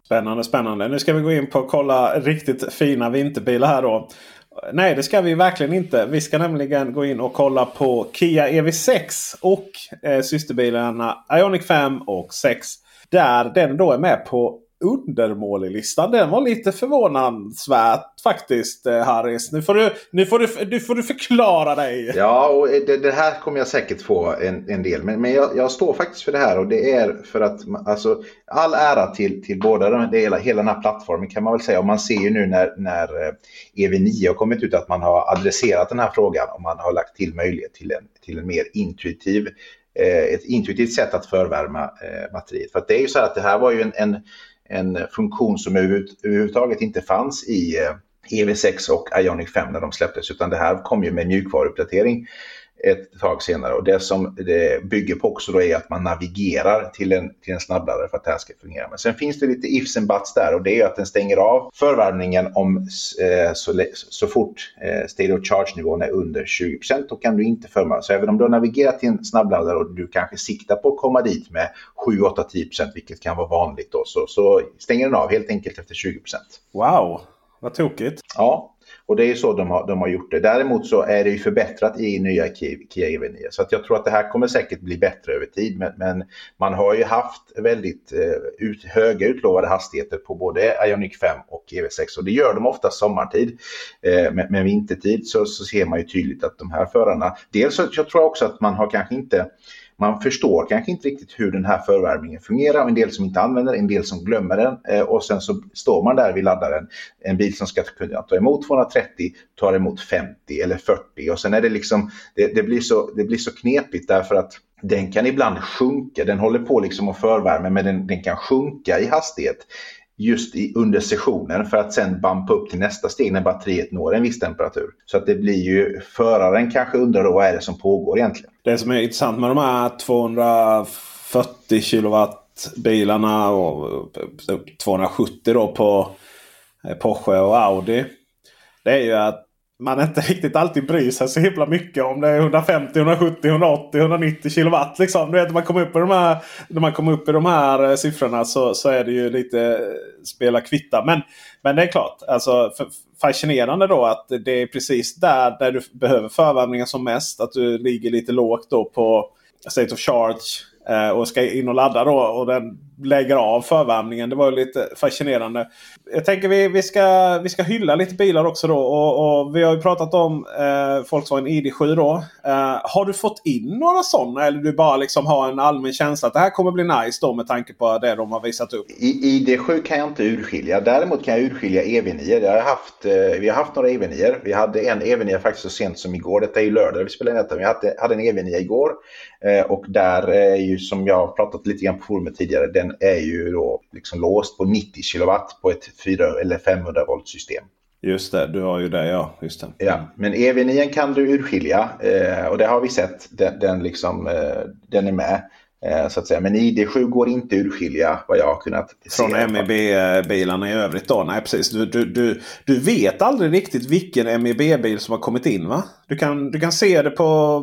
Spännande, spännande. Nu ska vi gå in på och kolla riktigt fina vinterbilar här då. Nej, det ska vi verkligen inte. Vi ska nämligen gå in och kolla på Kia E V sex och eh, systerbilarna Ioniq fem och sex. Där den då är med på undermålig-listan. Den var lite förvånansvärt faktiskt, Harris. Nu får du, nu får du, nu får du förklara dig. Ja, och det, det här kommer jag säkert få en, en del. Men, men jag, jag står faktiskt för det här, och det är för att alltså, all ära till, till båda de, hela, hela den här plattformen kan man väl säga. Och man ser ju nu när, när E V nio har kommit ut att man har adresserat den här frågan och man har lagt till möjlighet till en, till en mer intuitiv ett intuitivt sätt att förvärma eh, batteriet. För att det är ju så här att det här var ju en, en, en funktion som överhuvudtaget inte fanns i eh, E V sex och Ioniq fem när de släpptes, utan det här kom ju med mjukvaruuppdatering ett tag senare. Och det som det bygger på också då är att man navigerar till en, till en snabbladdare för att det här ska fungera. Men sen finns det lite ifs and buts där, och det är att den stänger av förvärmningen om eh, så, så fort eh, state of charge-nivån är under tjugo procent. Då kan du inte förvärma. Så även om du har navigerat till en snabbladdare och du kanske siktar på att komma dit med sju, åtta, tio procent, vilket kan vara vanligt då, så, så stänger den av helt enkelt efter tjugo procent. Wow, vad tokigt. Ja. Och det är ju så de har, de har gjort det. Däremot så är det ju förbättrat i nya Kia E V nio. Så att jag tror att det här kommer säkert bli bättre över tid. Men, men man har ju haft väldigt eh, ut, höga utlovade hastigheter på både Ioniq fem och E V sex. Och det gör de ofta sommartid. Eh, men, men vintertid så, så ser man ju tydligt att de här förarna... Dels så jag tror också att man har kanske inte... Man förstår kanske inte riktigt hur den här förvärmningen fungerar. En del som inte använder, en del som glömmer den. Och sen så står man där vid laddaren. En bil som ska kunna ta emot tvåhundratrettio, tar emot femtio eller fyrtio. Och sen är det liksom, det, det, blir så, det blir så knepigt därför att den kan ibland sjunka. Den håller på liksom att förvärma, men den, den kan sjunka i hastighet just i, under sessionen för att sen bampa upp till nästa steg när batteriet når en viss temperatur. Så att det blir ju, föraren kanske undrar då vad är det som pågår egentligen. Det som är intressant med de här tvåhundrafyrtio kilowatt bilarna och tvåhundrasjuttio då på Porsche och Audi, det är ju att man inte riktigt alltid bryr sig så himla mycket om det är hundrafemtio, hundrasjuttio, hundraåttio, hundranittio kilowatt liksom. Du vet, när man kommer upp i de här, när man kommer upp i de här siffrorna så, så är det ju lite spela kvitta. Men, men det är klart, alltså fascinerande då att det är precis där, där du behöver förvärmningen som mest. Att du ligger lite lågt då på state of charge och ska in och ladda då, och den lägger av förvärmningen. Det var ju lite fascinerande. Jag tänker vi, vi, ska, vi ska hylla lite bilar också då. Och, och vi har ju pratat om eh, Volkswagen I D sju då. Eh, har du fått in några sådana? Eller du bara liksom har en allmän känsla att det här kommer bli nice då med tanke på det de har visat upp? I, I D sju kan jag inte urskilja. Däremot kan jag urskilja E V nio. Jag har haft, eh, vi har haft några E V nio. Vi hade en E V nio faktiskt så sent som igår. Detta är ju lördag. Vi spelade detta. Vi hade, hade en E V nio igår. Eh, och där är ju, som jag har pratat lite grann på forumet tidigare, den är ju då liksom låst på nittio kilowatt på ett fyra eller femhundra volt system. Just det, du har ju det, ja. Just det. Ja, men E V nio kan du urskilja eh, och det har vi sett. Den, den, liksom, eh, den är med. Eh, så att säga. Men I D sju går inte urskilja vad jag har kunnat se. Från M E B-bilarna i övrigt då? Nej, precis. Du, du, du, du vet aldrig riktigt vilken M E B-bil som har kommit in, va? Du kan, du kan se det på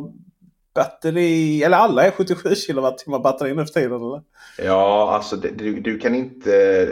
batteri, eller alla är sjuttiosju kilowattimmar batteri nu för tiden, eller? Ja, alltså du, du kan inte...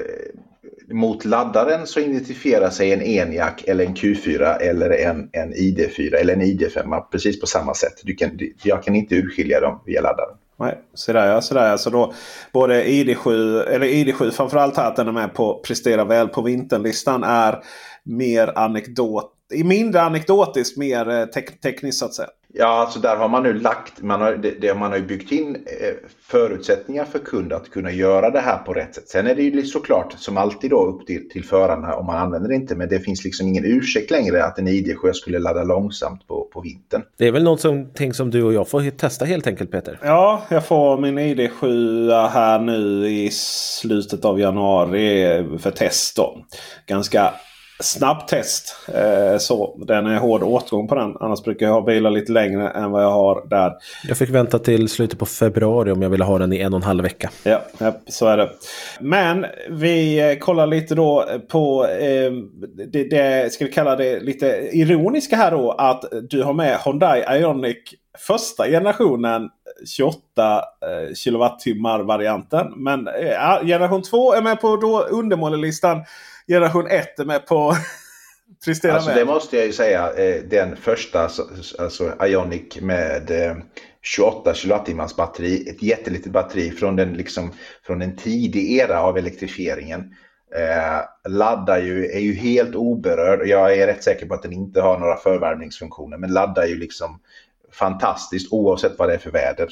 Mot laddaren så identifierar sig en Enyaq eller en Q fyra eller en, en I D fyra eller en I D fem precis på samma sätt. Du kan, jag kan inte urskilja dem via laddaren. Nej, så där ja, så där ja. Så då både I D sju, eller I D sju framförallt här att den är med på prestera väl på vinternlistan är mer anekdot, mindre anekdotiskt, mer tek- tekniskt så att säga. Ja, alltså där har man nu lagt, man har, det, det, man har ju byggt in eh, förutsättningar för kund att kunna göra det här på rätt sätt. Sen är det ju såklart som alltid då upp till, till förarna om man använder det inte, men det finns liksom ingen ursäkt längre att en I D sju skulle ladda långsamt på, på vintern. Det är väl någonting som du och jag får testa helt enkelt, Peter? Ja, jag får min I D sju här nu i slutet av januari för test då. Ganska snabb test. Eh, så den är hård åtgång på den. Annars brukar jag ha bilar lite längre än vad jag har där. Jag fick vänta till slutet på februari om jag ville ha den i en och en halv vecka. Ja, ja så är det. Men vi kollar lite då på eh, det, det, ska vi kalla det lite ironiska här då, att du har med Hyundai Ioniq första generationen tjugoåtta eh, kilowattimmar varianten. Men eh, generation två är med på då undermålelistan. Generation ett är med på prestera alltså med. Det måste jag ju säga. Eh, den första, alltså Ioniq med eh, tjugoåtta kilowattimmars batteri. Ett jättelitet batteri från den liksom från en tidig era av elektrifieringen. Eh, laddar ju, är ju helt oberörd. Jag är rätt säker på att den inte har några förvärmningsfunktioner, men laddar ju liksom fantastiskt oavsett vad det är för väder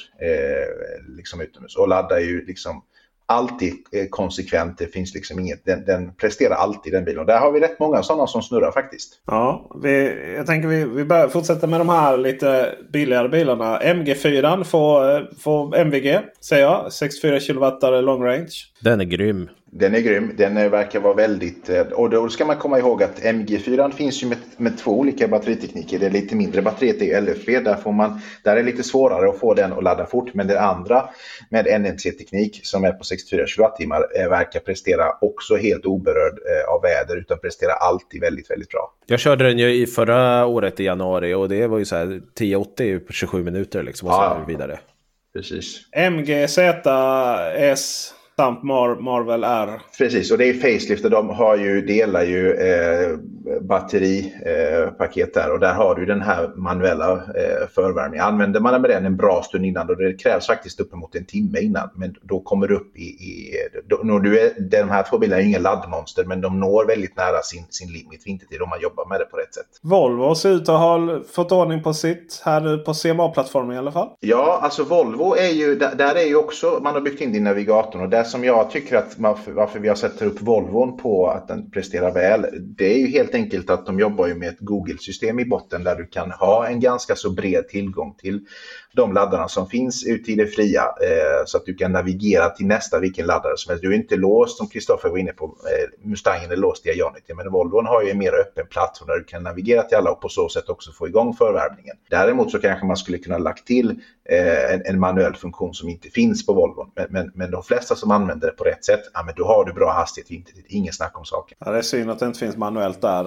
eh, liksom utomhus. Och laddar ju liksom alltid eh, konsekvent. Det finns liksom inget, den, den presterar alltid den bilen. Och där har vi rätt många sådana som snurrar faktiskt. Ja, vi, jag tänker vi, vi börjar fortsätta med de här lite billigare bilarna. M G fyra får, får M V G, säger jag. sextiofyra kilowattare long range. Den är grym. Den är grym. Den verkar vara väldigt... Och då ska man komma ihåg att M G fyra finns ju med, med två olika batteritekniker. Det är lite mindre batteriet i L F P. Där, får man, där är det lite svårare att få den att ladda fort. Men det andra med N M C-teknik som är på sextiofyra kilowattimmar verkar prestera också helt oberörd av väder. Utan prestera alltid väldigt, väldigt bra. Jag körde den ju i förra året i januari. Och det var ju så här tio åttio på tjugosju minuter liksom. Och så ja, vidare. Precis. M G Z S... samt Mar- Marvel R. Precis, och det är facelift och de har ju, delar ju eh, batteripaket eh, där. Och där har du den här manuella eh, förvärmningen. Använder man med den en bra stund innan, och det krävs faktiskt uppemot en timme innan. Men då kommer du upp i... i då, då du är, de här två bilarna är ju ingen laddmonster, men de når väldigt nära sin, sin limit vintertid om man jobbar med det på rätt sätt. Volvo ser ut att ha fått ordning på sitt här nu på C M A-plattformen i alla fall. Ja, alltså Volvo är ju... Där, där är ju också... Man har byggt in i navigatorn, och där som jag tycker att varför, varför vi har sett upp Volvon på att den presterar väl, det är ju helt enkelt att de jobbar ju med ett Google-system i botten där du kan ha en ganska så bred tillgång till de laddarna som finns ute i det fria, eh, så att du kan navigera till nästa vilken laddare som helst. Du är inte låst, som Kristoffer var inne på, eh, Mustangen är låst i Ioniq, men Volvon har ju en mer öppen plattform där du kan navigera till alla och på så sätt också få igång förvärmningen. Däremot så kanske man skulle kunna lagt till eh, en, en manuell funktion som inte finns på Volvon, men, men, men de flesta som använder det på rätt sätt, ja, men då har du bra hastighet, inte, ingen snack om saken. Ja, det är synd att det inte finns manuellt där.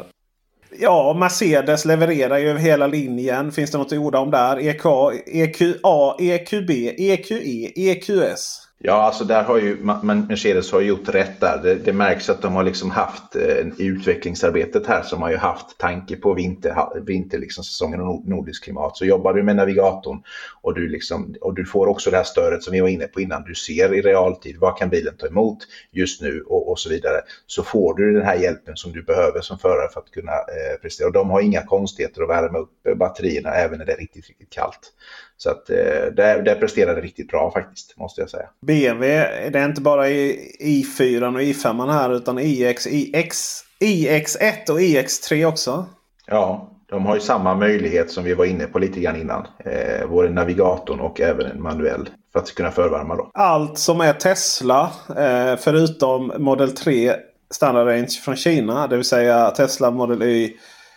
Ja, Mercedes levererar ju över hela linjen. Finns det något att orda om där? E K, E Q A, E Q B, E Q E, E Q S. Ja, alltså där har ju Mercedes har gjort rätt där. Det, det märks att de har liksom haft eh, i utvecklingsarbetet här, som har ju haft tanke på vinter, vinter liksom, säsongen och nordisk klimat. Så jobbar du med navigatorn och du, liksom, och du får också det här stödet som vi var inne på innan. Du ser i realtid vad kan bilen ta emot just nu och, och så vidare. Så får du den här hjälpen som du behöver som förare för att kunna eh, prestera. Och de har inga konstigheter att värma upp batterierna även när det är riktigt, riktigt kallt. Så att eh, där, där presterar det riktigt bra faktiskt, måste jag säga. B M W, det är inte bara i i fyra och i fem här, utan i X, I X, I X ett och I X tre också. Ja, de har ju samma möjlighet som vi var inne på lite grann innan. Eh, både navigatorn och även en manuell för att kunna förvärma då. Allt som är Tesla, eh, förutom Model tre standard range från Kina, det vill säga Tesla Model Y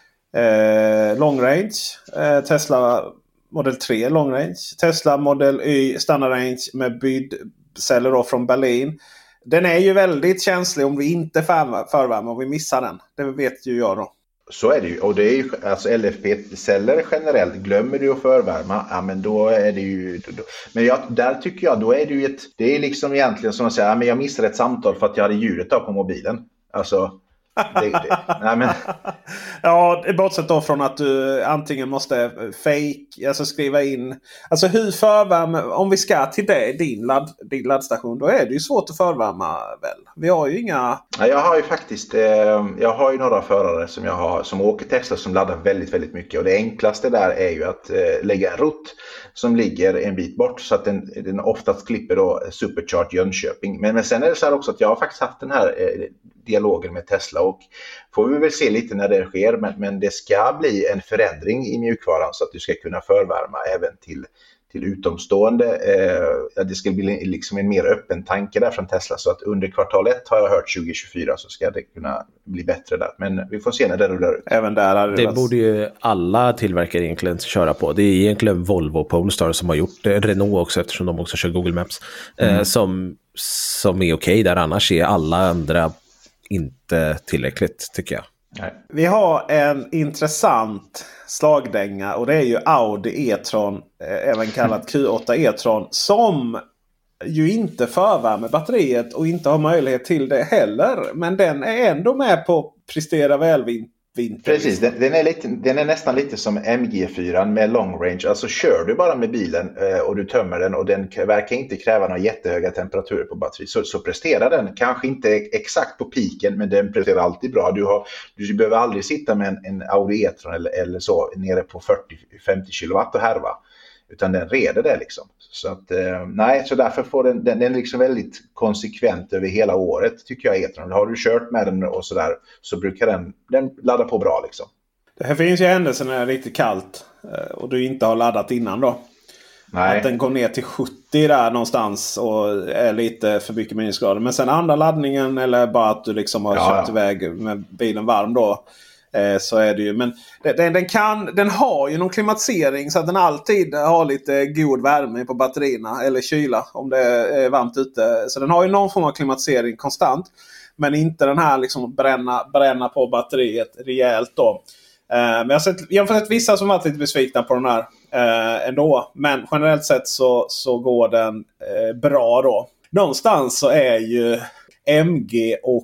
eh, long range, eh, Tesla Model tre long range, Tesla Model Y standard range med bydceller då från Berlin. Den är ju väldigt känslig om vi inte förvärmer, om vi missar den. Det vet ju jag då. Så är det ju. Och det är ju alltså L F P-celler generellt. Glömmer du att förvärma, ja men då är det ju... Då, men jag, där tycker jag, då är det ju ett... Det är liksom egentligen som att säga, ja, men jag missade ett samtal för att jag hade ljudet på mobilen. Alltså... Det, det, nej men... Ja, bortsett då från att du antingen måste fake, alltså skriva in, alltså hur förvärma, om vi ska till det, din, ladd, din laddstation, då är det ju svårt att förvärma väl. Vi har ju inga... Ja, jag har ju faktiskt, eh, jag har ju några förare som jag har, som åker Tesla som laddar väldigt, väldigt mycket, och det enklaste där är ju att eh, lägga en rutt som ligger en bit bort så att den, den oftast klipper då Supercharge Jönköping. Men, men sen är det så här också att jag har faktiskt haft den här eh, dialogen med Tesla, och får vi väl se lite när det sker, men, men det ska bli en förändring i mjukvaran så att du ska kunna förvärma även till, till utomstående. Eh, det ska bli liksom en mer öppen tanke där från Tesla, så att under kvartal ett har jag hört tjugo tjugofyra så ska det kunna bli bättre där, men vi får se när det rullar ut. Även där är det, det borde ju alla tillverkare egentligen köra på. Det är egentligen Volvo och Polestar som har gjort det, Renault också eftersom de också kör Google Maps, mm. eh, som, som är okej okay där, annars är alla andra inte tillräckligt tycker jag. Nej. Vi har en intressant slagdänga och det är ju Audi e-tron, även kallat Q åtta e-tron, som ju inte förvärmer batteriet och inte har möjlighet till det heller. Men den är ändå med på prestera välvinter. Precis, den, den, är lite, den är nästan lite som M G fyra med long range. Alltså kör du bara med bilen eh, och du tömmer den och den verkar inte kräva några jättehöga temperaturer på batteri. Så, så presterar den kanske inte exakt på piken, men den presterar alltid bra. Du, har, du behöver aldrig sitta med en, en Audi e-tron eller, eller så nere på fyrtio till femtio kilowatt och härva. Utan den reder det liksom. Så att eh, nej, så därför får den, den, den är liksom väldigt konsekvent över hela året tycker jag e-tron. Har du kört med den och sådär så brukar den, den ladda på bra liksom. Det här finns ju händelser när det är riktigt kallt och du inte har laddat innan då. Nej. Att den går ner till sjuttio där någonstans och är lite för mycket minusgrader. Men sen andra laddningen eller bara att du liksom har ja, kört ja. iväg med bilen varm då. Eh, så är det ju. Men den, den, kan, den har ju någon klimatisering så att den alltid har lite god värme på batterierna. Eller kyla om det är varmt ute. Så den har ju någon form av klimatisering konstant. Men inte den här liksom bränna, bränna på batteriet rejält då. Eh, men jag har, sett, jag har sett vissa som varit lite besvikna på den här eh, ändå. Men generellt sett så, så går den eh, bra då. Någonstans så är ju M G och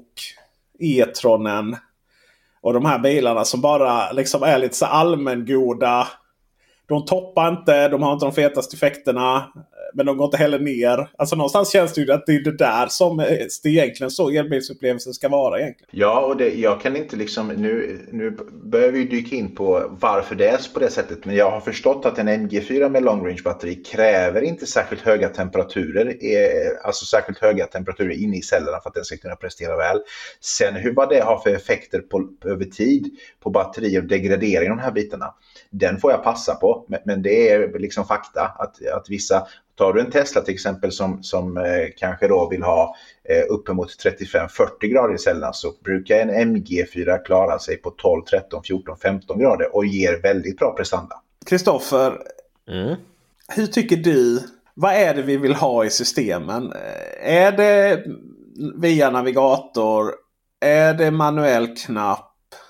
e-tronen och de här bilarna som bara liksom är lite så allmängoda. De toppar inte, de har inte de fetaste effekterna. Men de går inte heller ner. Alltså någonstans känns det ju att det är det där som det egentligen så elbilsupplevelsen ska vara egentligen. Ja, och det, jag kan inte liksom, nu, nu börjar vi dyka in på varför det är på det sättet. Men jag har förstått att en M G fyra med long range batteri kräver inte särskilt höga temperaturer. Alltså särskilt höga temperaturer inne i cellerna för att den ska kunna prestera väl. Sen hur vad det har för effekter på, över tid på batterier och degradering av de här bitarna. Den får jag passa på. Men, men det är liksom fakta att, att vissa... Tar du en Tesla till exempel som, som eh, kanske då vill ha eh, uppemot trettiofem till fyrtio grader i cellerna så brukar en M G fyra klara sig på tolv, tretton, fjorton, femton grader och ger väldigt bra prestanda. Kristoffer, mm. hur tycker du, vad är det vi vill ha i systemen? Är det via navigator? Är det manuell knapp?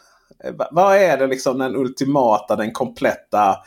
Vad är det liksom den ultimata, den kompletta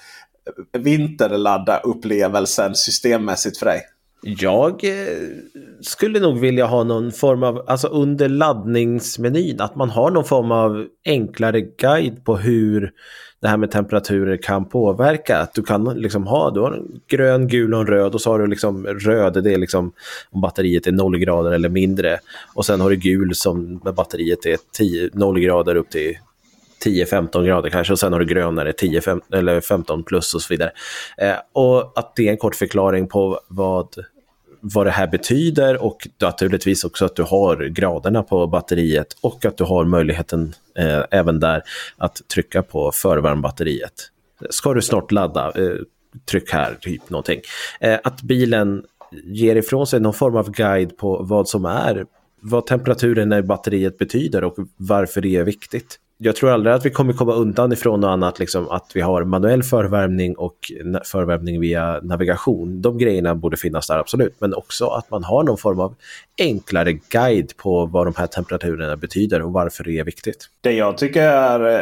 vinterladda upplevelsen systemmässigt för dig? Jag eh, skulle nog vilja ha någon form av, alltså under laddningsmenyn, att man har någon form av enklare guide på hur det här med temperaturer kan påverka. Att du kan liksom ha, du har en grön, gul och en röd och så har du liksom röd, det är liksom om batteriet är noll grader eller mindre. Och sen har du gul som med batteriet är tio, noll grader upp till tio till femton grader kanske, och sen har du grönare tio eller femton plus och så vidare. Eh, och att det är en kort förklaring på vad, vad det här betyder och naturligtvis också att du har graderna på batteriet och att du har möjligheten eh, även där att trycka på förvärmbatteriet. Ska du snart ladda, eh, tryck här, typ någonting. Eh, att bilen ger ifrån sig någon form av guide på vad som är, vad temperaturen i batteriet betyder och varför det är viktigt. Jag tror aldrig att vi kommer komma undan ifrån något annat, liksom att vi har manuell förvärmning och förvärmning via navigation. De grejerna borde finnas där absolut, men också att man har någon form av enklare guide på vad de här temperaturerna betyder och varför det är viktigt. Det jag tycker är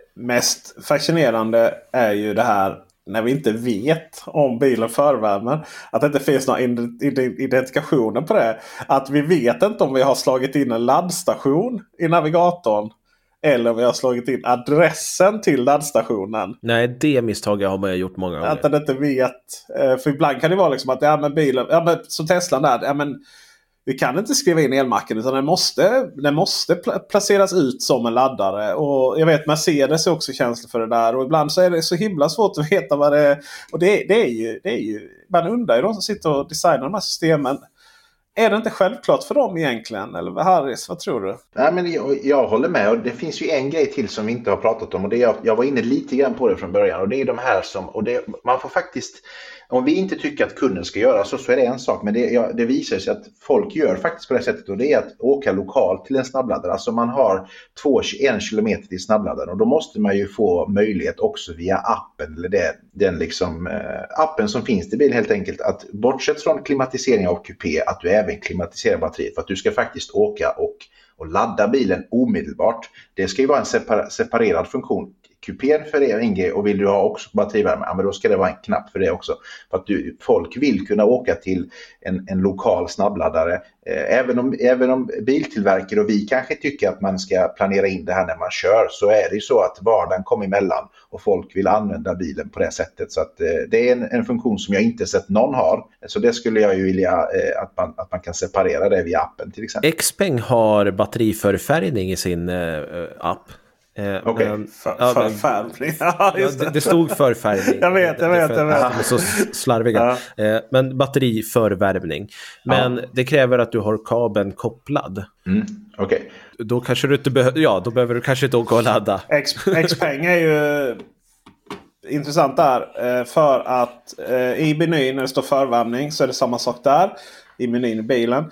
mest fascinerande är ju det här när vi inte vet om bilen förvärmer, att det inte finns några identifikationer på det. Att vi vet inte om vi har slagit in en laddstation i navigatorn eller om vi har slagit in adressen till laddstationen. Nej, det misstaget har man gjort många gånger. Att den inte vet. För ibland kan det vara liksom att ja, men bilen, ja, men, som Tesla där, ja, men vi kan inte skriva in elmacken utan den måste, den måste placeras ut som en laddare. Och jag vet Mercedes är också känslig för det där. Och ibland så är det så himla svårt att veta vad det är. Och det, det, är, ju, det är ju, man undrar ju de som sitter och designar de här systemen. Är det inte självklart för dem egentligen? Eller Harris, vad tror du? Nej, men jag, jag håller med. Och det finns ju en grej till som vi inte har pratat om. Och det jag, jag var inne lite grann på det från början. Och det är de här som... Och det, man får faktiskt... Om vi inte tycker att kunden ska göra så, så är det en sak. Men det, ja, det visar sig att folk gör faktiskt på det sättet. Och det är att åka lokalt till en snabbladdare. Alltså man har två, en kilometer till snabbladdaren. Och då måste man ju få möjlighet också via appen. Eller det, den liksom, eh, appen som finns i bil helt enkelt. Att bortsett från klimatisering av kupé. Att du även klimatiserar batteriet. För att du ska faktiskt åka och och ladda bilen omedelbart. Det ska ju vara en separ- separerad funktion. Kupén för det N G, och vill du ha också batterivärme, ja, men då ska det vara en knapp för det också. För att du, folk vill kunna åka till en, en lokal snabbladdare. Eh, även, om, även om biltillverkare och vi kanske tycker att man ska planera in det här när man kör, så är det ju så att vardagen kommer emellan och folk vill använda bilen på det sättet. Så att, eh, det är en, en funktion som jag inte sett någon har. Så det skulle jag ju vilja eh, att, man, att man kan separera det via appen till exempel. Xpeng har batteriförfärgning i sin eh, app. Eh, Okej, okay. för, ja, förfärgning. Ja, ja, det, det stod förfärgning. jag vet, jag vet. Jag vet. De är så slarviga. Ja. Eh, men batteriförvärmning. Men ja. det kräver att du har kabeln kopplad. Mm, Okej. Okay. Då kanske du inte behöver, ja, då behöver du kanske inte åka och ladda. Xpeng är ju intressant där. För att i menyn när det står förvärmning så är det samma sak där. I menyn i bilen.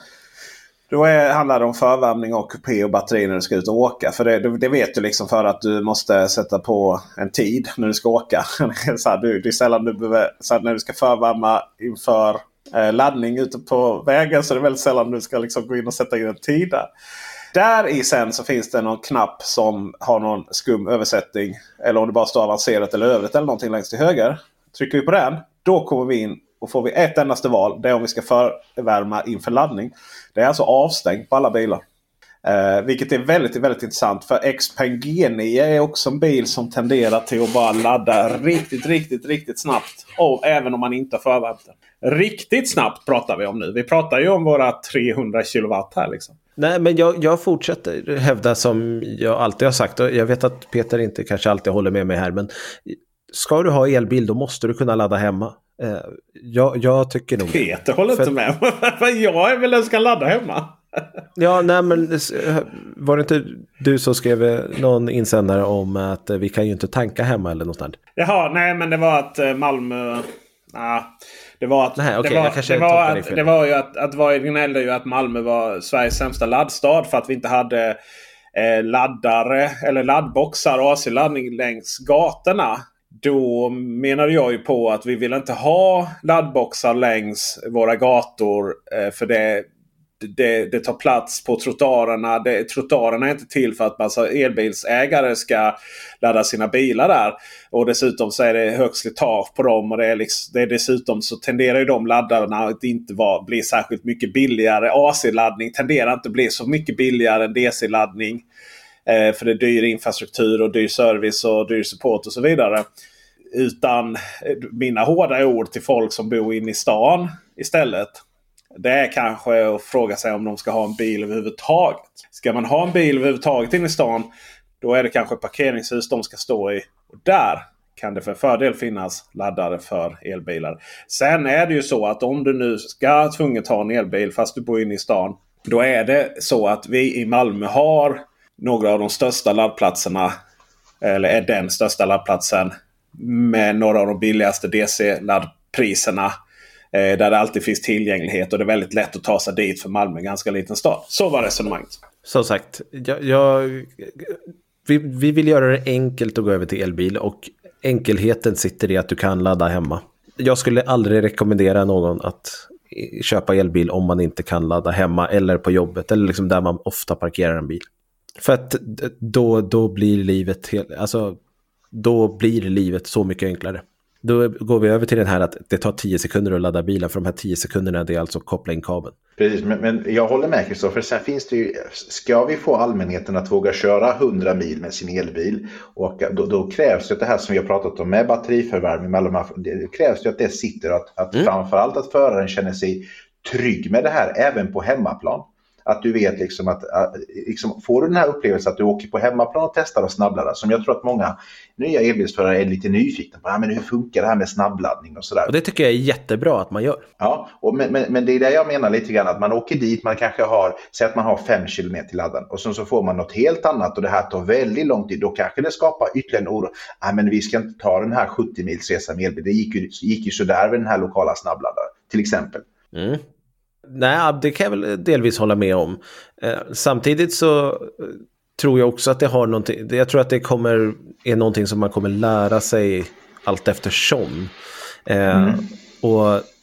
Då är, handlar det om förvärmning och kupé och batteri när du ska ut och åka. För det, det vet du liksom för att du måste sätta på en tid när du ska åka. så här, du, det är sällan du behöver, så här, när du ska förvärma inför eh, laddning ute på vägen, så är det väldigt sällan du ska liksom gå in och sätta in en tid där. Där i sen så finns det någon knapp som har någon skum översättning. Eller om det bara står avancerat eller övrigt eller någonting längst till höger. Trycker vi på den, då kommer vi in och får vi ett endaste val. Det är om vi ska förvärma inför laddning. Det är alltså avstängt på alla bilar. Eh, vilket är väldigt, väldigt intressant. För Xpeng G nio är också en bil som tenderar till att bara ladda riktigt, riktigt, riktigt snabbt. Och även om man inte har förvärmt den. Riktigt snabbt pratar vi om nu. Vi pratar ju om våra trehundra kilowatt här liksom. Nej, men jag, jag fortsätter hävda som jag alltid har sagt. Och jag vet att Peter inte kanske alltid håller med mig här. Men ska du ha elbil, då måste du kunna ladda hemma. Uh, jag, jag tycker nog... Peter håller inte med. Jag är väl den ska ladda hemma. Ja, nej, men var det inte du som skrev någon insändare om att vi kan ju inte tanka hemma eller något sånt? Jaha, nej, men det var att Malmö... Ah, det var att... Nej, okay, det, var, det, var att det var ju att, att var gnällde ju att Malmö var Sveriges sämsta laddstad för att vi inte hade eh, laddare eller laddboxar, A C-laddning längs gatorna. Då menar jag ju på att vi vill inte ha laddboxar längs våra gator. Eh, för det, det, det tar plats på trottoarerna. Det, trottoarerna är inte till för att massa elbilsägare ska ladda sina bilar där. Och dessutom så är det högt slitage på dem. Och det är, liksom, det är dessutom så tenderar ju de laddarna att inte vara, bli särskilt mycket billigare. A C-laddning tenderar inte att bli så mycket billigare än D C-laddning. Eh, för det är dyr infrastruktur och dyr service och dyr support och så vidare. Utan mina hårda ord till folk som bor inne i stan istället. Det är kanske att fråga sig om de ska ha en bil överhuvudtaget. Ska man ha en bil överhuvudtaget inne i stan, då är det kanske parkeringshus de ska stå i. Och där kan det för fördel finnas laddare för elbilar. Sen är det ju så att om du nu ska tvunget ha en elbil fast du bor inne i stan, då är det så att vi i Malmö har några av de största laddplatserna, eller är den största laddplatsen med några av de billigaste D C-laddpriserna, eh, där det alltid finns tillgänglighet och det är väldigt lätt att ta sig dit för Malmö, en ganska liten stad. Så var resonemanget. Som sagt, jag, jag, vi, vi vill göra det enkelt att gå över till elbil, och enkelheten sitter i att du kan ladda hemma. Jag skulle aldrig rekommendera någon att köpa elbil om man inte kan ladda hemma eller på jobbet eller liksom där man ofta parkerar en bil. För att då, då blir livet helt, alltså då blir livet så mycket enklare. Då går vi över till den här att det tar tio sekunder att ladda bilen, för de här tio sekunderna det är alltså att koppla in kabeln. Precis, men, men jag håller med Kristoffer. Sen finns det ju, ska vi få allmänheten att våga köra hundra mil med sin elbil, och då, då krävs det, det här som vi har pratat om med batteriförvärmning, med de här, det krävs det att det sitter, att, att mm. framförallt att föraren känner sig trygg med det här även på hemmaplan. Att du vet liksom att, att liksom, får du den här upplevelsen att du åker på hemmaplan och testar och snabbladdar, som jag tror att många nya elbilsförare är lite nyfikna på. Ja, men hur funkar det här med snabbladdning och sådär. Och det tycker jag är jättebra att man gör. Ja, och men, men, men det är det jag menar lite grann, att man åker dit, man kanske har, säg att man har fem kilometer till ladden, och sen så får man något helt annat och det här tar väldigt lång tid. Då kanske det skapar ytterligare en oro. Ja, men vi ska inte ta den här sjuttio mils resa med elbil. Det gick ju, gick ju sådär vid den här lokala snabbladdaren till exempel. Mm. Nej, det kan jag väl delvis hålla med om. Eh, samtidigt så eh, tror jag också att det har någonting, jag tror att det kommer, är någonting som man kommer lära sig allt eftersom. Eh, mm. Och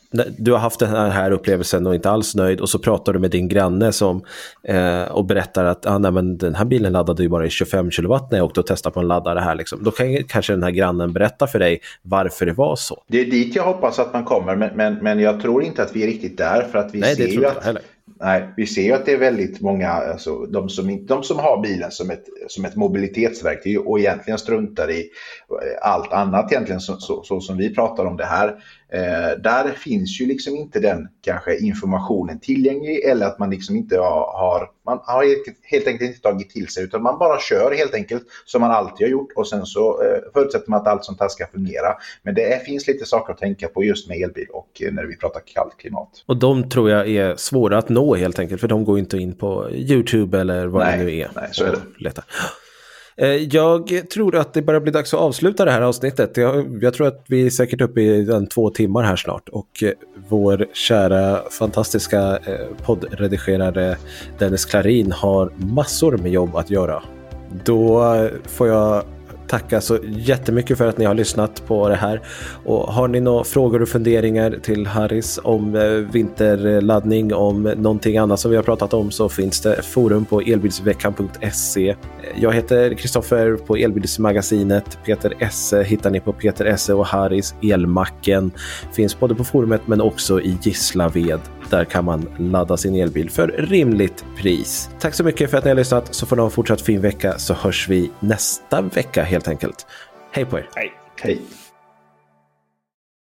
du har haft den här upplevelsen och inte alls nöjd, och så pratar du med din granne som, eh, och berättar att ah, nej, men den här bilen laddade ju bara i tjugofem kilowatt när jag åkte och testade på en laddare här. Liksom. Då kan kanske den här grannen berätta för dig varför det var så. Det är dit jag hoppas att man kommer, men, men, men jag tror inte att vi är riktigt där, för att vi nej, ser det tror ju jag att... heller. Nej, vi ser ju att det är väldigt många, alltså, de, som, de som har bilen som ett, som ett mobilitetsverktyg och egentligen struntar i allt annat egentligen så, så, så som vi pratar om det här. Eh, där finns ju liksom inte den kanske informationen tillgänglig, eller att man liksom inte har, man har helt enkelt inte tagit till sig, utan man bara kör helt enkelt som man alltid har gjort, och sen så eh, förutsätter man att allt sånt här ska fungera. Men det är, finns lite saker att tänka på just med elbil och eh, när vi pratar kallt klimat. Och de tror jag är svåra att nå helt enkelt, för de går inte in på YouTube eller vad nej, det nu är. Nej, så är det. Letar. Jag tror att det bara blir dags att avsluta det här avsnittet. Jag, jag tror att vi är säkert uppe i en två timmar här snart. Och vår kära, fantastiska poddredigerare Dennis Klarin har massor med jobb att göra. Då får jag tacka så jättemycket för att ni har lyssnat på det här. Och har ni några frågor och funderingar till Harris om vinterladdning, om någonting annat som vi har pratat om, så finns det forum på elbilsveckan punkt se. Jag heter Kristoffer på Elbilsmagasinet. Peter Esse hittar ni på Peter Esse, och Harris Elmacken finns både på forumet men också i Gislaved. Där kan man ladda sin elbil för rimligt pris. Tack så mycket för att ni har lyssnat, så får ni ha en fortsatt fin vecka, så hörs vi nästa vecka helt enkelt. Hej på er! Hej! Hej!